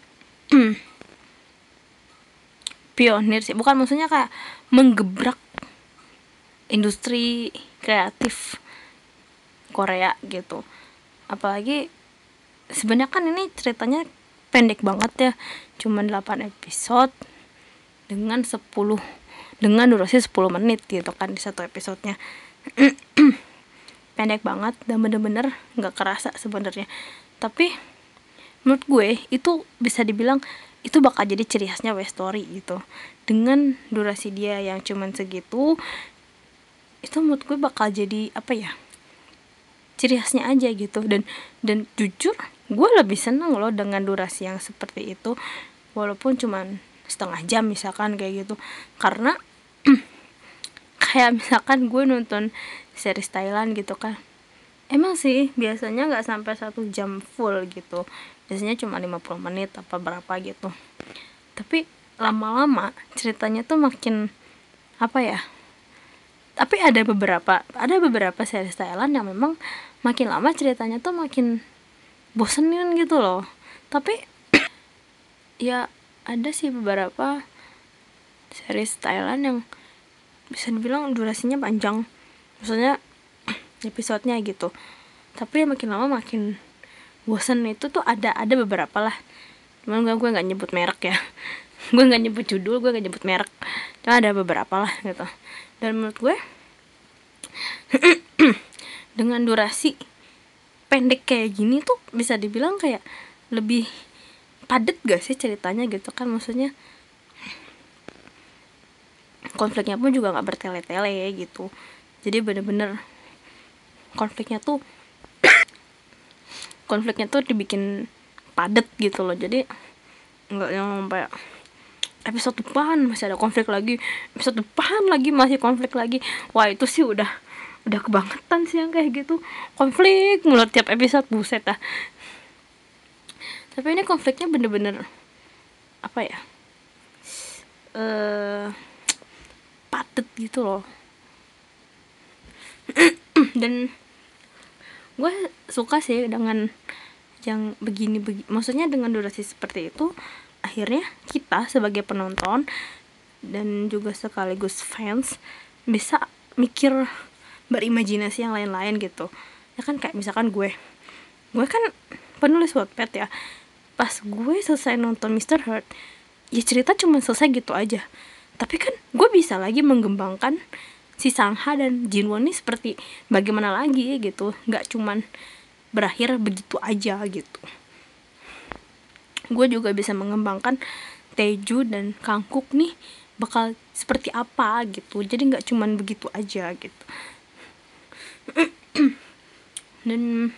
pionir sih, bukan maksudnya kayak menggebrak industri kreatif Korea gitu. Apalagi sebenarnya kan ini ceritanya pendek banget ya, cuma delapan episode dengan sepuluh dengan durasi sepuluh menit gitu kan di satu episodenya. Pendek banget dan bener-bener nggak kerasa sebenarnya, tapi menurut gue itu bisa dibilang itu bakal jadi ciri khasnya West Story gitu. Dengan durasi dia yang cuman segitu, itu menurut gue bakal jadi apa ya ciri khasnya aja gitu. Dan dan jujur gue lebih seneng loh dengan durasi yang seperti itu, walaupun cuman setengah jam misalkan kayak gitu, karena kayak misalkan gue nonton series Thailand gitu kan, emang sih biasanya nggak sampai satu jam full gitu, biasanya cuma lima puluh menit apa berapa gitu, tapi lama-lama ceritanya tuh makin apa ya. Tapi ada beberapa ada beberapa series Thailand yang memang makin lama ceritanya tuh makin bosenin gitu loh, tapi ya ada sih beberapa series Thailand yang bisa dibilang durasinya panjang, maksudnya episodenya gitu, tapi makin lama makin bosan. Itu tuh ada ada beberapa lah, cuman gue gue nggak nyebut merek ya gue nggak nyebut judul, gue nggak nyebut merek, cuma ada beberapa lah gitu. Dan menurut gue dengan durasi pendek kayak gini tuh bisa dibilang kayak lebih padet gak sih ceritanya gitu kan, maksudnya konfliknya pun juga nggak bertele-tele gitu, jadi bener-bener konfliknya tuh konfliknya tuh dibikin padet gitu loh, jadi nggak yang sampai episode depan masih ada konflik lagi, episode depan lagi masih konflik lagi. Wah itu sih udah udah kebangetan sih yang kayak gitu, konflik mulai tiap episode, buset dah. Tapi ini konfliknya bener-bener apa ya, eh padet gitu loh. Dan gue suka sih dengan yang begini, begini maksudnya dengan durasi seperti itu, akhirnya kita sebagai penonton dan juga sekaligus fans bisa mikir, berimajinasi yang lain-lain gitu ya kan. Kayak misalkan gue gue kan penulis Wattpad ya, pas gue selesai nonton mister Heart ya cerita cuma selesai gitu aja, tapi kan gue bisa lagi mengembangkan si Sangha dan Jinwon ini seperti bagaimana lagi gitu, nggak cuman berakhir begitu aja gitu. Gue juga bisa mengembangkan Taeju dan Kangkook nih bakal seperti apa gitu, jadi nggak cuman begitu aja gitu. Dan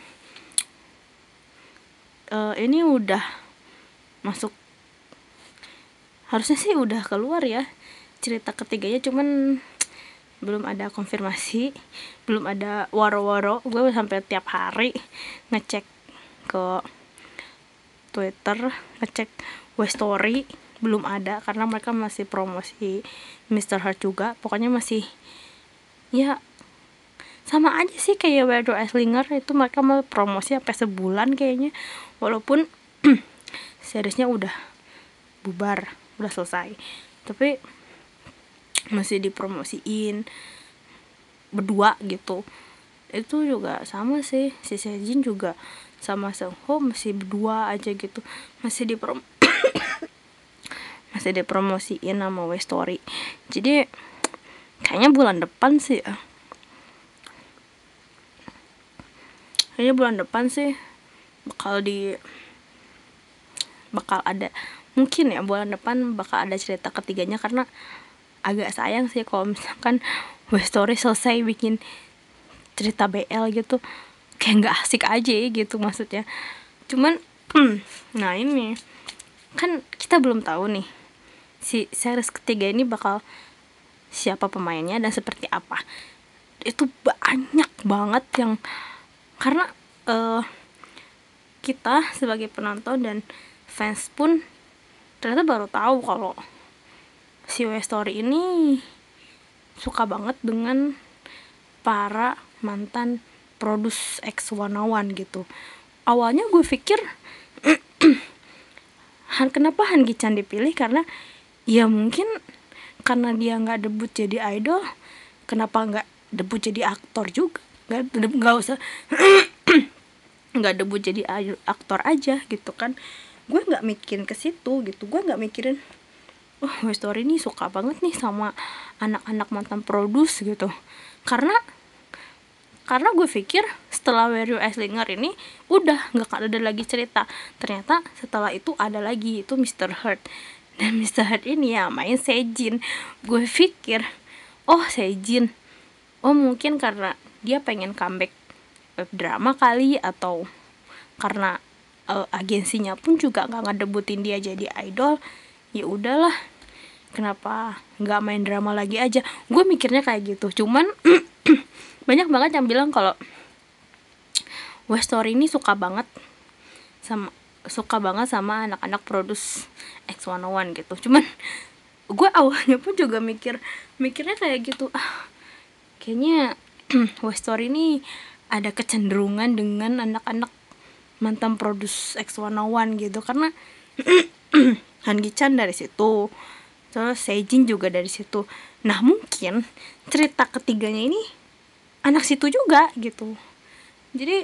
uh, ini udah masuk, harusnya sih udah keluar ya cerita ketiganya, cuman belum ada konfirmasi, belum ada waro-waro. Gue sampai tiap hari ngecek ke Twitter, ngecek Wstory, belum ada karena mereka masih promosi mister Heart juga. Pokoknya masih ya sama aja sih kayak Where Do I Slinger, itu mereka mau promosi sampai sebulan kayaknya, walaupun seriesnya udah bubar, udah selesai, tapi masih dipromosiin berdua gitu. Itu juga sama sih, si Sejin juga sama Seungho masih berdua aja gitu, masih diprom masih dipromosiin sama Wstory. Jadi kayaknya bulan depan sih ya kayaknya bulan depan sih bakal di bakal ada, mungkin ya bulan depan bakal ada cerita ketiganya, karena agak sayang sih kalau misalkan Wstory selesai bikin cerita B L gitu, kayak nggak asik aja gitu maksudnya. Cuman nah ini kan kita belum tahu nih si series ketiga ini bakal siapa pemainnya dan seperti apa. Itu banyak banget yang, karena uh, kita sebagai penonton dan fans pun ternyata baru tahu kalau si Wstory ini suka banget dengan para mantan produs X seratus satu gitu. Awalnya gue pikir Han, kenapa Han Gi-chan dipilih, karena ya mungkin karena dia nggak debut jadi idol, kenapa nggak debut jadi aktor juga, nggak nggak usah nggak debut jadi aktor aja gitu kan. Gue nggak mikirin ke situ gitu, gue nggak mikirin oh Wstory ini suka banget nih sama anak-anak mantan produs gitu, karena karena gue pikir setelah Where You Slinger ini udah nggak ada lagi cerita. Ternyata setelah itu ada lagi, itu mister Heart, dan mister Heart ini ya main Sejin. Gue pikir oh Sejin, oh mungkin karena dia pengen comeback web drama kali, atau karena uh, agensinya pun juga nggak ngedebutin dia jadi idol, ya udahlah kenapa nggak main drama lagi aja. Gue mikirnya kayak gitu. Cuman banyak banget yang bilang kalau Wstory ini suka banget sama suka banget sama anak-anak produs X seratus satu gitu. Cuman gue awalnya pun juga mikir mikirnya kayak gitu, ah kayaknya Wstory ini ada kecenderungan dengan anak-anak mantan produs X seratus satu gitu, karena Han Gi-chan dari situ, terus Sejin juga dari situ. Nah mungkin cerita ketiganya ini anak situ juga gitu. Jadi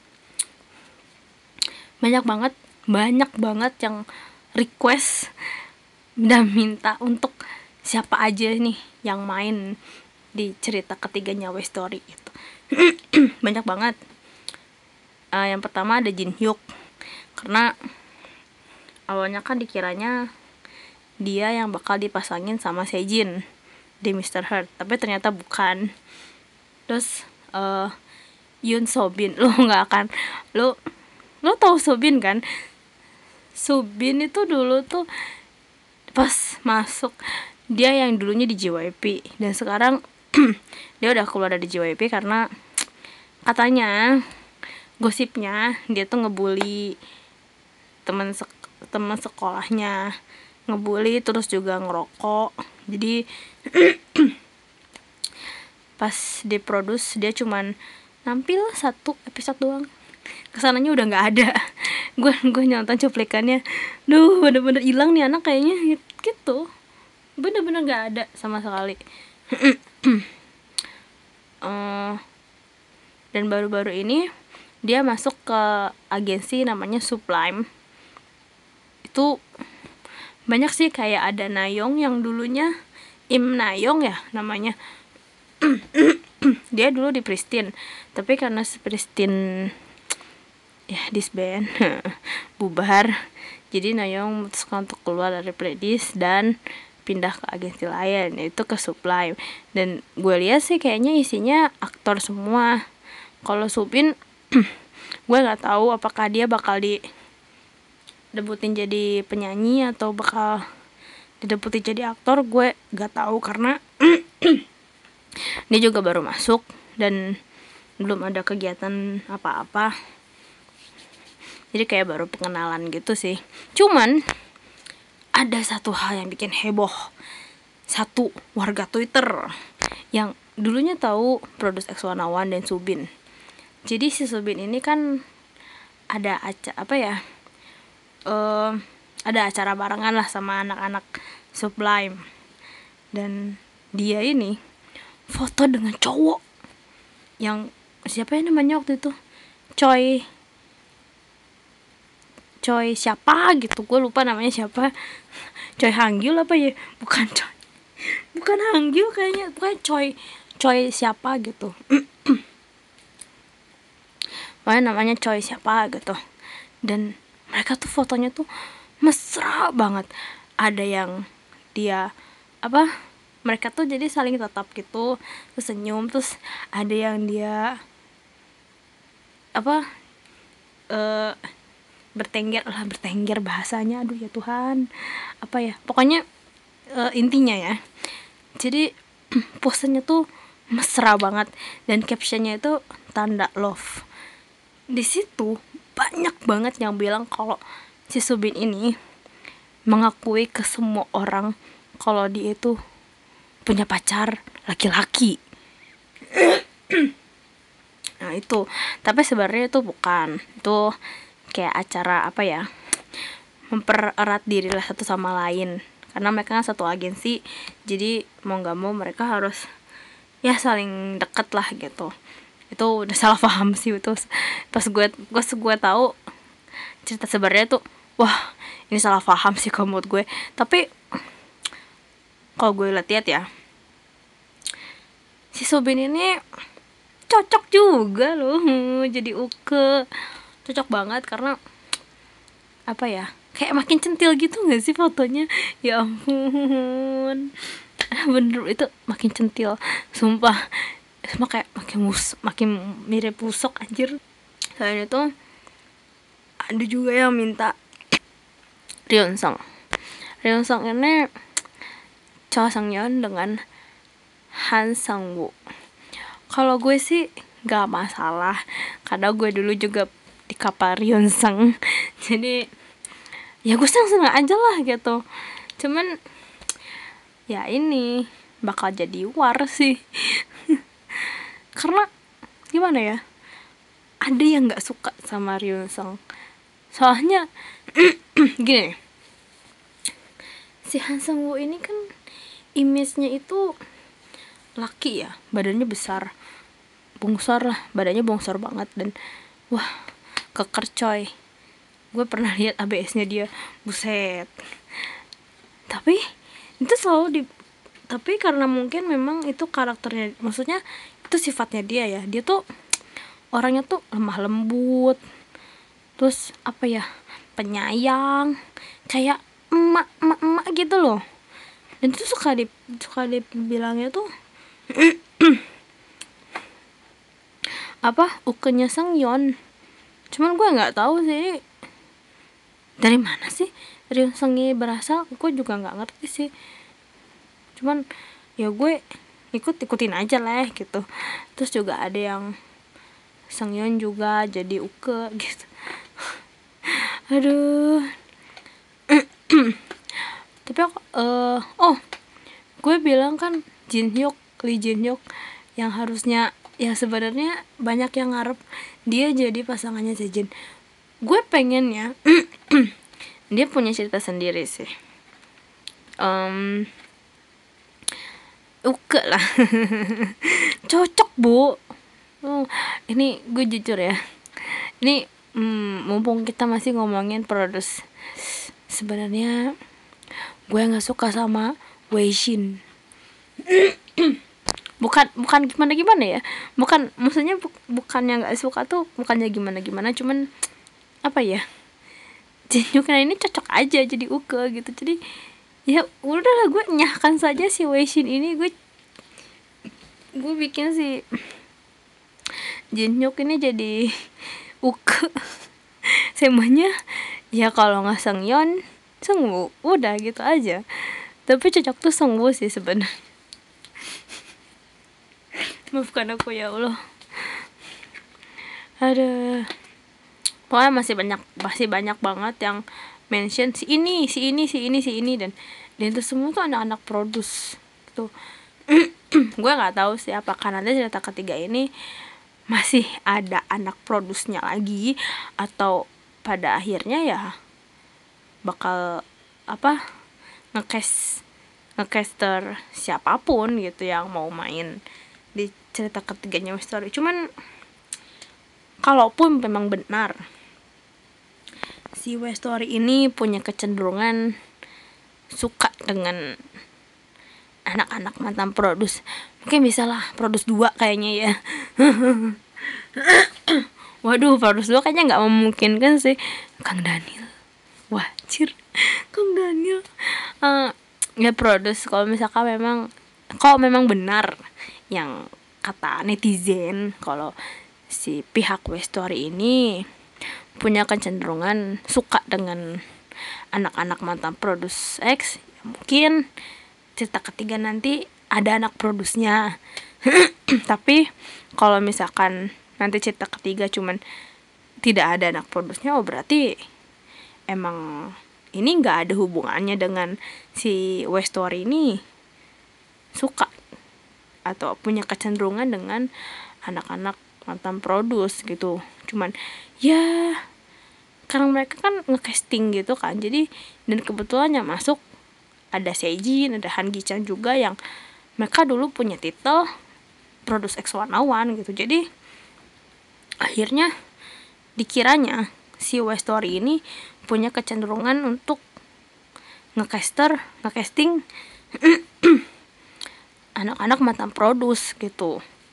banyak banget banyak banget yang request dan minta untuk siapa aja nih yang main di cerita ketiganya West Story itu. Banyak banget. Uh, yang pertama ada Jin Hyuk, karena awalnya kan dikiranya dia yang bakal dipasangin sama Sejin di mister Heart, tapi ternyata bukan. Terus uh, Yoon Sobin, lo nggak akan lo lo tahu Sobin kan? Sobin itu dulu tuh pas masuk dia yang dulunya di J Y P, dan sekarang dia udah keluar dari J Y P karena katanya gosipnya dia tuh ngebully teman sek- teman sekolahnya, ngebully terus juga ngerokok. Jadi pas diproduce dia cuman nampil satu episode doang, kesananya udah nggak ada. gue gue nonton cuplikannya, duh bener-bener hilang nih anak kayaknya gitu, bener-bener nggak ada sama sekali. uh, dan baru-baru ini dia masuk ke agensi namanya Sublime. Itu banyak sih, kayak ada Nayong yang dulunya Im Nayong ya namanya. Dia dulu di Pristin, tapi karena Pristin ya disband, bubar, jadi Nayong memutuskan untuk keluar dari Pledis dan pindah ke agensi lain, yaitu ke Sublime. Dan gue lihat sih kayaknya isinya aktor semua. Kalau Subin gue nggak tahu apakah dia bakal di debutin jadi penyanyi atau bakal didebutin jadi aktor, gue nggak tahu karena dia juga baru masuk dan belum ada kegiatan apa-apa, jadi kayak baru pengenalan gitu sih. Cuman ada satu hal yang bikin heboh, satu warga Twitter yang dulunya tahu Produce X seratus satu dan Subin. Jadi si Subin ini kan ada acara apa ya, uh, ada acara barengan lah sama anak-anak Sublime, dan dia ini foto dengan cowok yang siapa ya namanya waktu itu, Choi Choi siapa gitu, gue lupa namanya siapa, Choi Hangyul apa ya, bukan Choi bukan Hangyul kayaknya, bukan Choi Choi siapa gitu. Makanya namanya Choi siapa gitu. Dan mereka tuh fotonya tuh mesra banget. Ada yang dia apa, mereka tuh jadi saling tatap gitu, terus senyum, terus ada yang dia apa uh, bertengger lah, bertengger bahasanya, aduh ya Tuhan, apa ya, pokoknya uh, intinya ya, jadi posenya tuh mesra banget dan captionnya itu tanda love. Di situ banyak banget yang bilang kalau si Subin ini mengakui ke semua orang kalau dia itu punya pacar laki-laki. Nah itu, tapi sebenarnya itu bukan, itu kayak acara apa ya, mempererat diri lah satu sama lain, karena mereka kan satu agensi, jadi mau nggak mau mereka harus ya saling deket lah gitu. Itu udah salah paham sih itu, pas gue gue gue tahu cerita sebenarnya tuh, wah ini salah paham sih kalau menurut gue. Tapi kalau gue lihat ya, si Subin ini cocok juga loh jadi Uke, cocok banget karena apa ya, kayak makin centil gitu nggak sih fotonya, ya ampun bener itu makin centil sumpah, sama kayak makin mus makin mirip pusok anjir. Selain itu ada juga yang minta Ryunsung. Ryunsung ini Chosangyeon dengan Han Sang-woo. Kalau gue sih gak masalah, karena gue dulu juga di kapal Ryunsung, jadi ya gue seneng-seneng aja lah gitu. Cuman ya ini bakal jadi war sih karena gimana ya, ada yang nggak suka sama Ryunsung. Soalnya gini, si Han Seung Woo ini kan image-nya itu laki ya, badannya besar, bongsor lah, badannya bongsor banget, dan wah keker coy. Gue pernah lihat A B S-nya dia, buset. Tapi itu selalu di tapi karena mungkin memang itu karakternya, maksudnya itu sifatnya dia ya, dia tuh orangnya tuh lemah lembut, terus apa ya, penyayang, kayak emak emak emak gitu loh. Dan itu suka di suka dibilangnya tuh apa, ukenya Seungyeon. Cuman gue nggak tahu sih dari mana sih Ryun Seunggi berasal, gue juga nggak ngerti sih. Cuman ya gue ikut ikutin aja lah gitu. Terus juga ada yang Seungyeon juga jadi uke gitu. Aduh. Tapi aku uh, oh gue bilang kan Jin Hyuk, Lee Jin Hyuk yang harusnya, yang sebenarnya banyak yang ngarep dia jadi pasangannya Sejin. Gue pengennya dia punya cerita sendiri sih, um, uke lah. Cocok bu. Oh, ini gue jujur ya, ini hmm, mumpung kita masih ngomongin produce, sebenarnya gue nggak suka sama Wei Shin. bukan bukan gimana gimana ya, bukan maksudnya bu, bukannya nggak suka tuh, bukannya gimana gimana, cuman apa ya, Jin Hyuk ini cocok aja jadi uke gitu. Jadi ya udahlah, gue nyahkan saja si Wei Shin ini. Gue gue bikin si Jin Hyuk ini jadi uke. Semanya ya kalau nggak Seungyeon, Seungwoo, udah gitu aja. Tapi cocok tuh Seungwoo sih sebenarnya. Maafkan aku ya Allah. Aduh. Pokoknya masih banyak masih banyak banget yang mention si ini, si ini, si ini, si ini, dan dan itu semua tuh anak-anak produce gitu. Gue nggak tahu sih apakah nanti cerita ketiga ini masih ada anak produsnya lagi, atau pada akhirnya ya bakal apa, ngecast ngecaster siapapun gitu yang mau main di cerita ketiganya West Story. Cuman kalaupun memang benar si West Story ini punya kecenderungan suka dengan anak-anak mantan produs, mungkin bisa lah produs dua kayaknya ya. Waduh, produs dua kayaknya nggak memungkinkan sih. Kang Daniel, wajir Kang Daniel. Uh, ya produs kalau misalkan memang kalau memang benar yang kata netizen, kalau si pihak West Story ini punya kecenderungan suka dengan anak-anak mantan produs X, ya mungkin cerita ketiga nanti ada anak produsnya. Tapi kalau misalkan nanti cerita ketiga cuman tidak ada anak produsnya, oh berarti emang ini nggak ada hubungannya dengan si West Story ini suka atau punya kecenderungan dengan anak-anak mantan produs gitu. Cuman ya karena mereka kan nge-casting gitu kan, jadi dan kebetulan yang masuk ada Sejin, ada Han Gi-chan juga yang mereka dulu punya titel Produce X seratus gitu. Jadi akhirnya dikiranya si West Story ini punya kecenderungan untuk ngecaster, ngecasting anak-anak mantan produs gitu.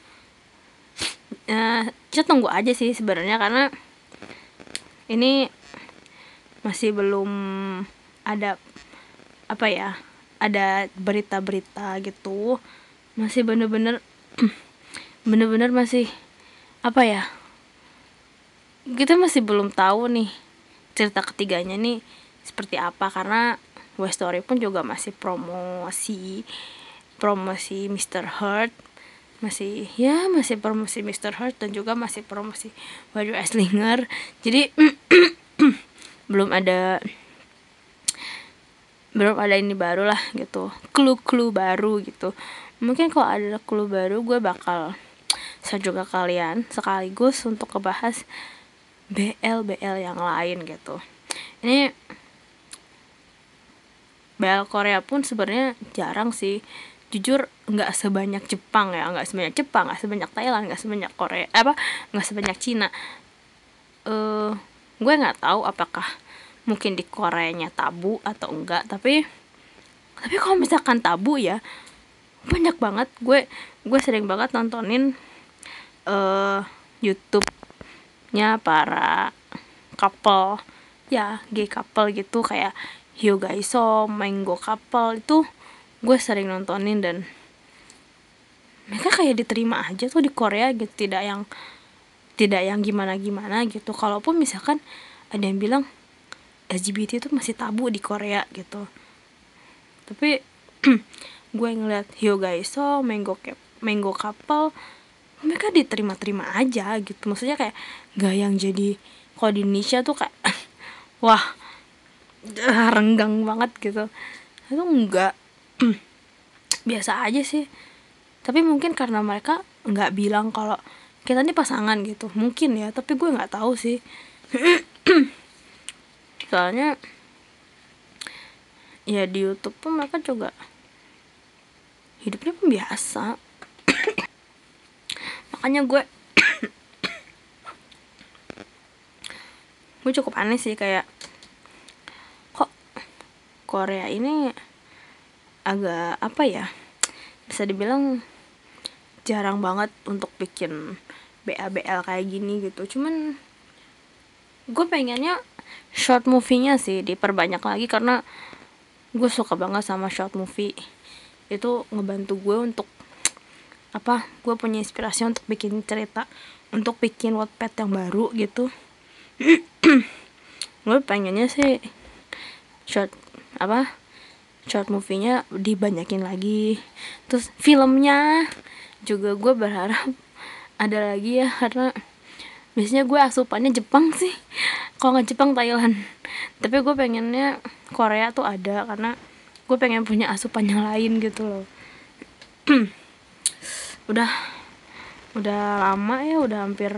Nah, kita tunggu aja sih sebenarnya, karena ini masih belum ada apa ya, ada berita-berita gitu, masih bener-bener bener-bener masih apa ya, kita masih belum tahu nih cerita ketiganya nih seperti apa, karena West Story pun juga masih promosi promosi mister Heart, masih ya masih promosi mister Heart dan juga masih promosi Wader Eslinger. Jadi belum ada belum ada ini baru lah gitu, clue-clue baru gitu. Mungkin kalau ada clue baru gue bakal share juga kalian sekaligus untuk ngebahas B L B L yang lain gitu. Ini B L Korea pun sebenarnya jarang sih, jujur nggak sebanyak Jepang ya, nggak sebanyak Jepang, nggak sebanyak Thailand, nggak sebanyak Korea, apa nggak sebanyak Cina. Eh, gue nggak tahu apakah mungkin di Koreanya tabu atau enggak, tapi tapi kalau misalkan tabu ya banyak banget. Gue gue sering banget nontonin uh, YouTube-nya para couple ya, gay couple gitu, kayak Hyogaiso, Mango couple itu gue sering nontonin, dan mereka kayak diterima aja tuh di Korea gitu, tidak yang tidak yang gimana-gimana gitu. Kalaupun misalkan ada yang bilang L G B T itu masih tabu di Korea gitu, tapi gue ngeliat Hyogaiso, Mango Mango couple, mereka diterima-terima aja gitu. Maksudnya kayak gak yang jadi, kalau di Indonesia tuh kayak wah renggang banget gitu, itu enggak. Biasa aja sih, tapi mungkin karena mereka nggak bilang kalau kita ini pasangan gitu, mungkin ya, tapi gue nggak tahu sih. Soalnya ya di YouTube pun mereka juga hidupnya pun biasa. Makanya gue gue cukup aneh sih, kayak kok Korea ini agak apa ya, bisa dibilang jarang banget untuk bikin B L B L kayak gini gitu. Cuman gue pengennya short movie-nya sih diperbanyak lagi, karena gue suka banget sama short movie. Itu ngebantu gue untuk apa, gue punya inspirasi untuk bikin cerita, untuk bikin Wattpad yang baru gitu. Gue pengennya sih short apa short movie-nya dibanyakin lagi. Terus filmnya juga gue berharap ada lagi ya, karena biasanya gue asupannya Jepang sih, kalau nggak Jepang Thailand. Tapi gue pengennya Korea tuh ada, karena gue pengen punya asupan yang lain gitu loh. udah udah lama ya, udah hampir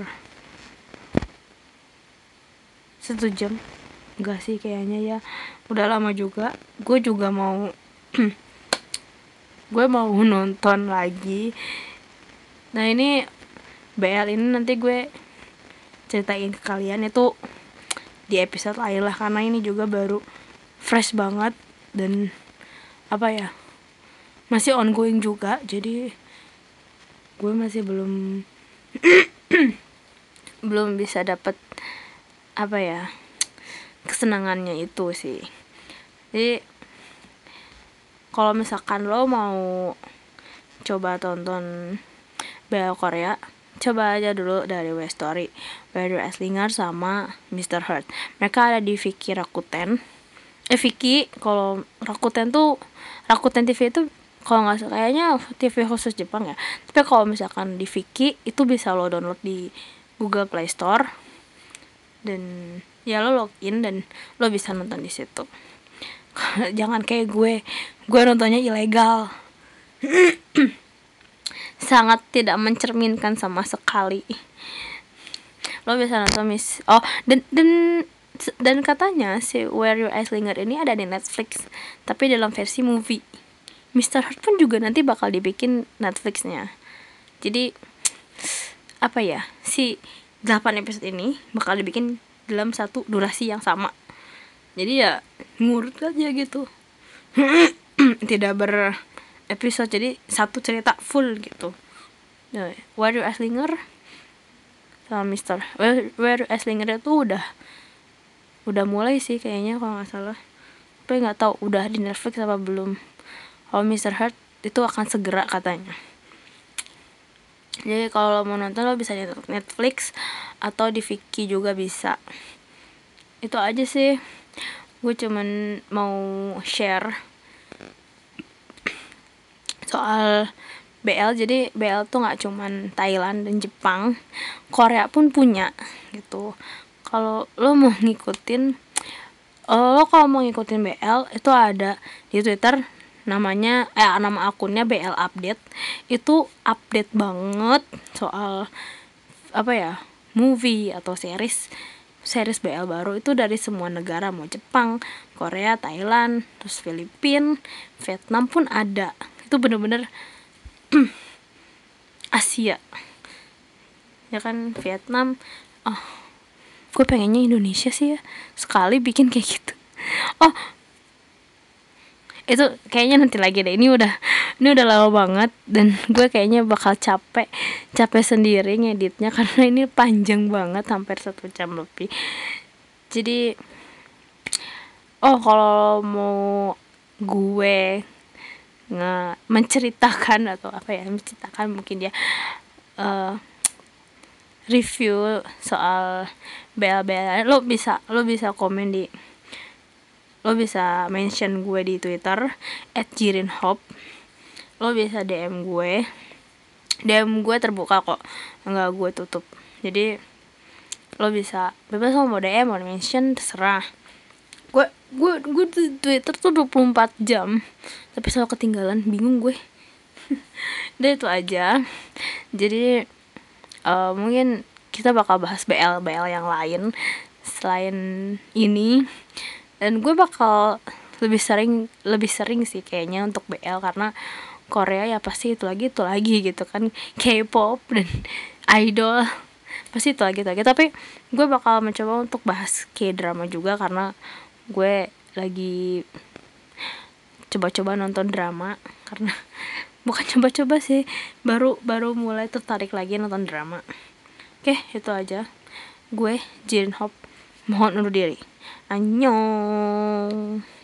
satu jam. Enggak sih kayaknya ya, udah lama juga. Gue juga mau gue mau nonton lagi. Nah ini B L ini nanti gue ceritain ke kalian itu di episode lain lah, karena ini juga baru fresh banget dan apa ya, masih ongoing juga, jadi gue masih belum belum bisa dapet apa ya, kesenangannya itu sih. Jadi kalau misalkan lo mau coba tonton B L Korea, coba aja dulu dari West Story, Weru Eslinger sama mister Heart. Mereka ada di Viki Rakuten. Eh Viki, kalau Rakuten tuh, Rakuten T V itu kalau nggak salah kayaknya T V khusus Jepang ya. Tapi kalau misalkan di Viki itu bisa lo download di Google Play Store, dan ya lo login dan lo bisa nonton di situ. Jangan kayak gue, gue nontonnya ilegal. Sangat tidak mencerminkan sama sekali. Lo bisa nonton mis oh dan dan dan katanya si Where Your Eyes Linger ini ada di Netflix, tapi dalam versi movie. mister Heart pun juga nanti bakal dibikin Netflixnya. Jadi apa ya, si delapan episode ini bakal dibikin dalam satu durasi yang sama. Jadi ya ngurut aja gitu. Tidak ber episode, jadi satu cerita full gitu. Nah, Where You Eslinger sama mister Where, Where You Eslinger itu udah udah mulai sih kayaknya kalau nggak salah. Tapi nggak tahu udah di Netflix apa belum. Kalau mister Heart itu akan segera katanya. Jadi kalau mau nonton lo bisa di Netflix atau di Viki juga bisa. Itu aja sih. Gue cuman mau share soal B L. Jadi B L tuh nggak cuman Thailand dan Jepang, Korea pun punya gitu. Kalau lo mau ngikutin, lo kalau mau ngikutin B L itu ada di Twitter, namanya eh nama akunnya B L Update. Itu update banget soal apa ya, movie atau series series B L baru itu dari semua negara, mau Jepang, Korea, Thailand, terus Filipina, Vietnam pun ada. Itu bener-bener Asia ya kan, Vietnam. Oh, gue pengennya Indonesia sih ya sekali bikin kayak gitu. Oh, itu kayaknya nanti lagi deh, ini udah ini udah lama banget dan gue kayaknya bakal capek capek sendiri ngeditnya karena ini panjang banget, hampir satu jam lebih. Jadi oh, kalau mau gue nge menceritakan atau apa ya, menceritakan mungkin ya, uh, review soal B L B L, lo bisa lo bisa komen di lo bisa mention gue di Twitter at jirinhop. Lo bisa D M gue, D M gue terbuka kok, nggak gue tutup. Jadi lo bisa bebas mau D M mau mention, terserah. Gue gue gue di Twitter tuh dua puluh empat jam tapi selalu ketinggalan, bingung gue. Udah itu aja. Jadi uh, mungkin kita bakal bahas B L B L yang lain selain ini, dan gue bakal lebih sering lebih sering sih kayaknya untuk B L, karena Korea ya pasti itu lagi itu lagi gitu kan, K-pop dan idol pasti itu lagi itu lagi. Tapi gue bakal mencoba untuk bahas K-drama juga, karena gue lagi coba-coba nonton drama, karena bukan coba-coba sih, baru baru mulai tertarik lagi nonton drama. Oke, itu aja. Gue Jirinhop mohon undur diri. Annyeong.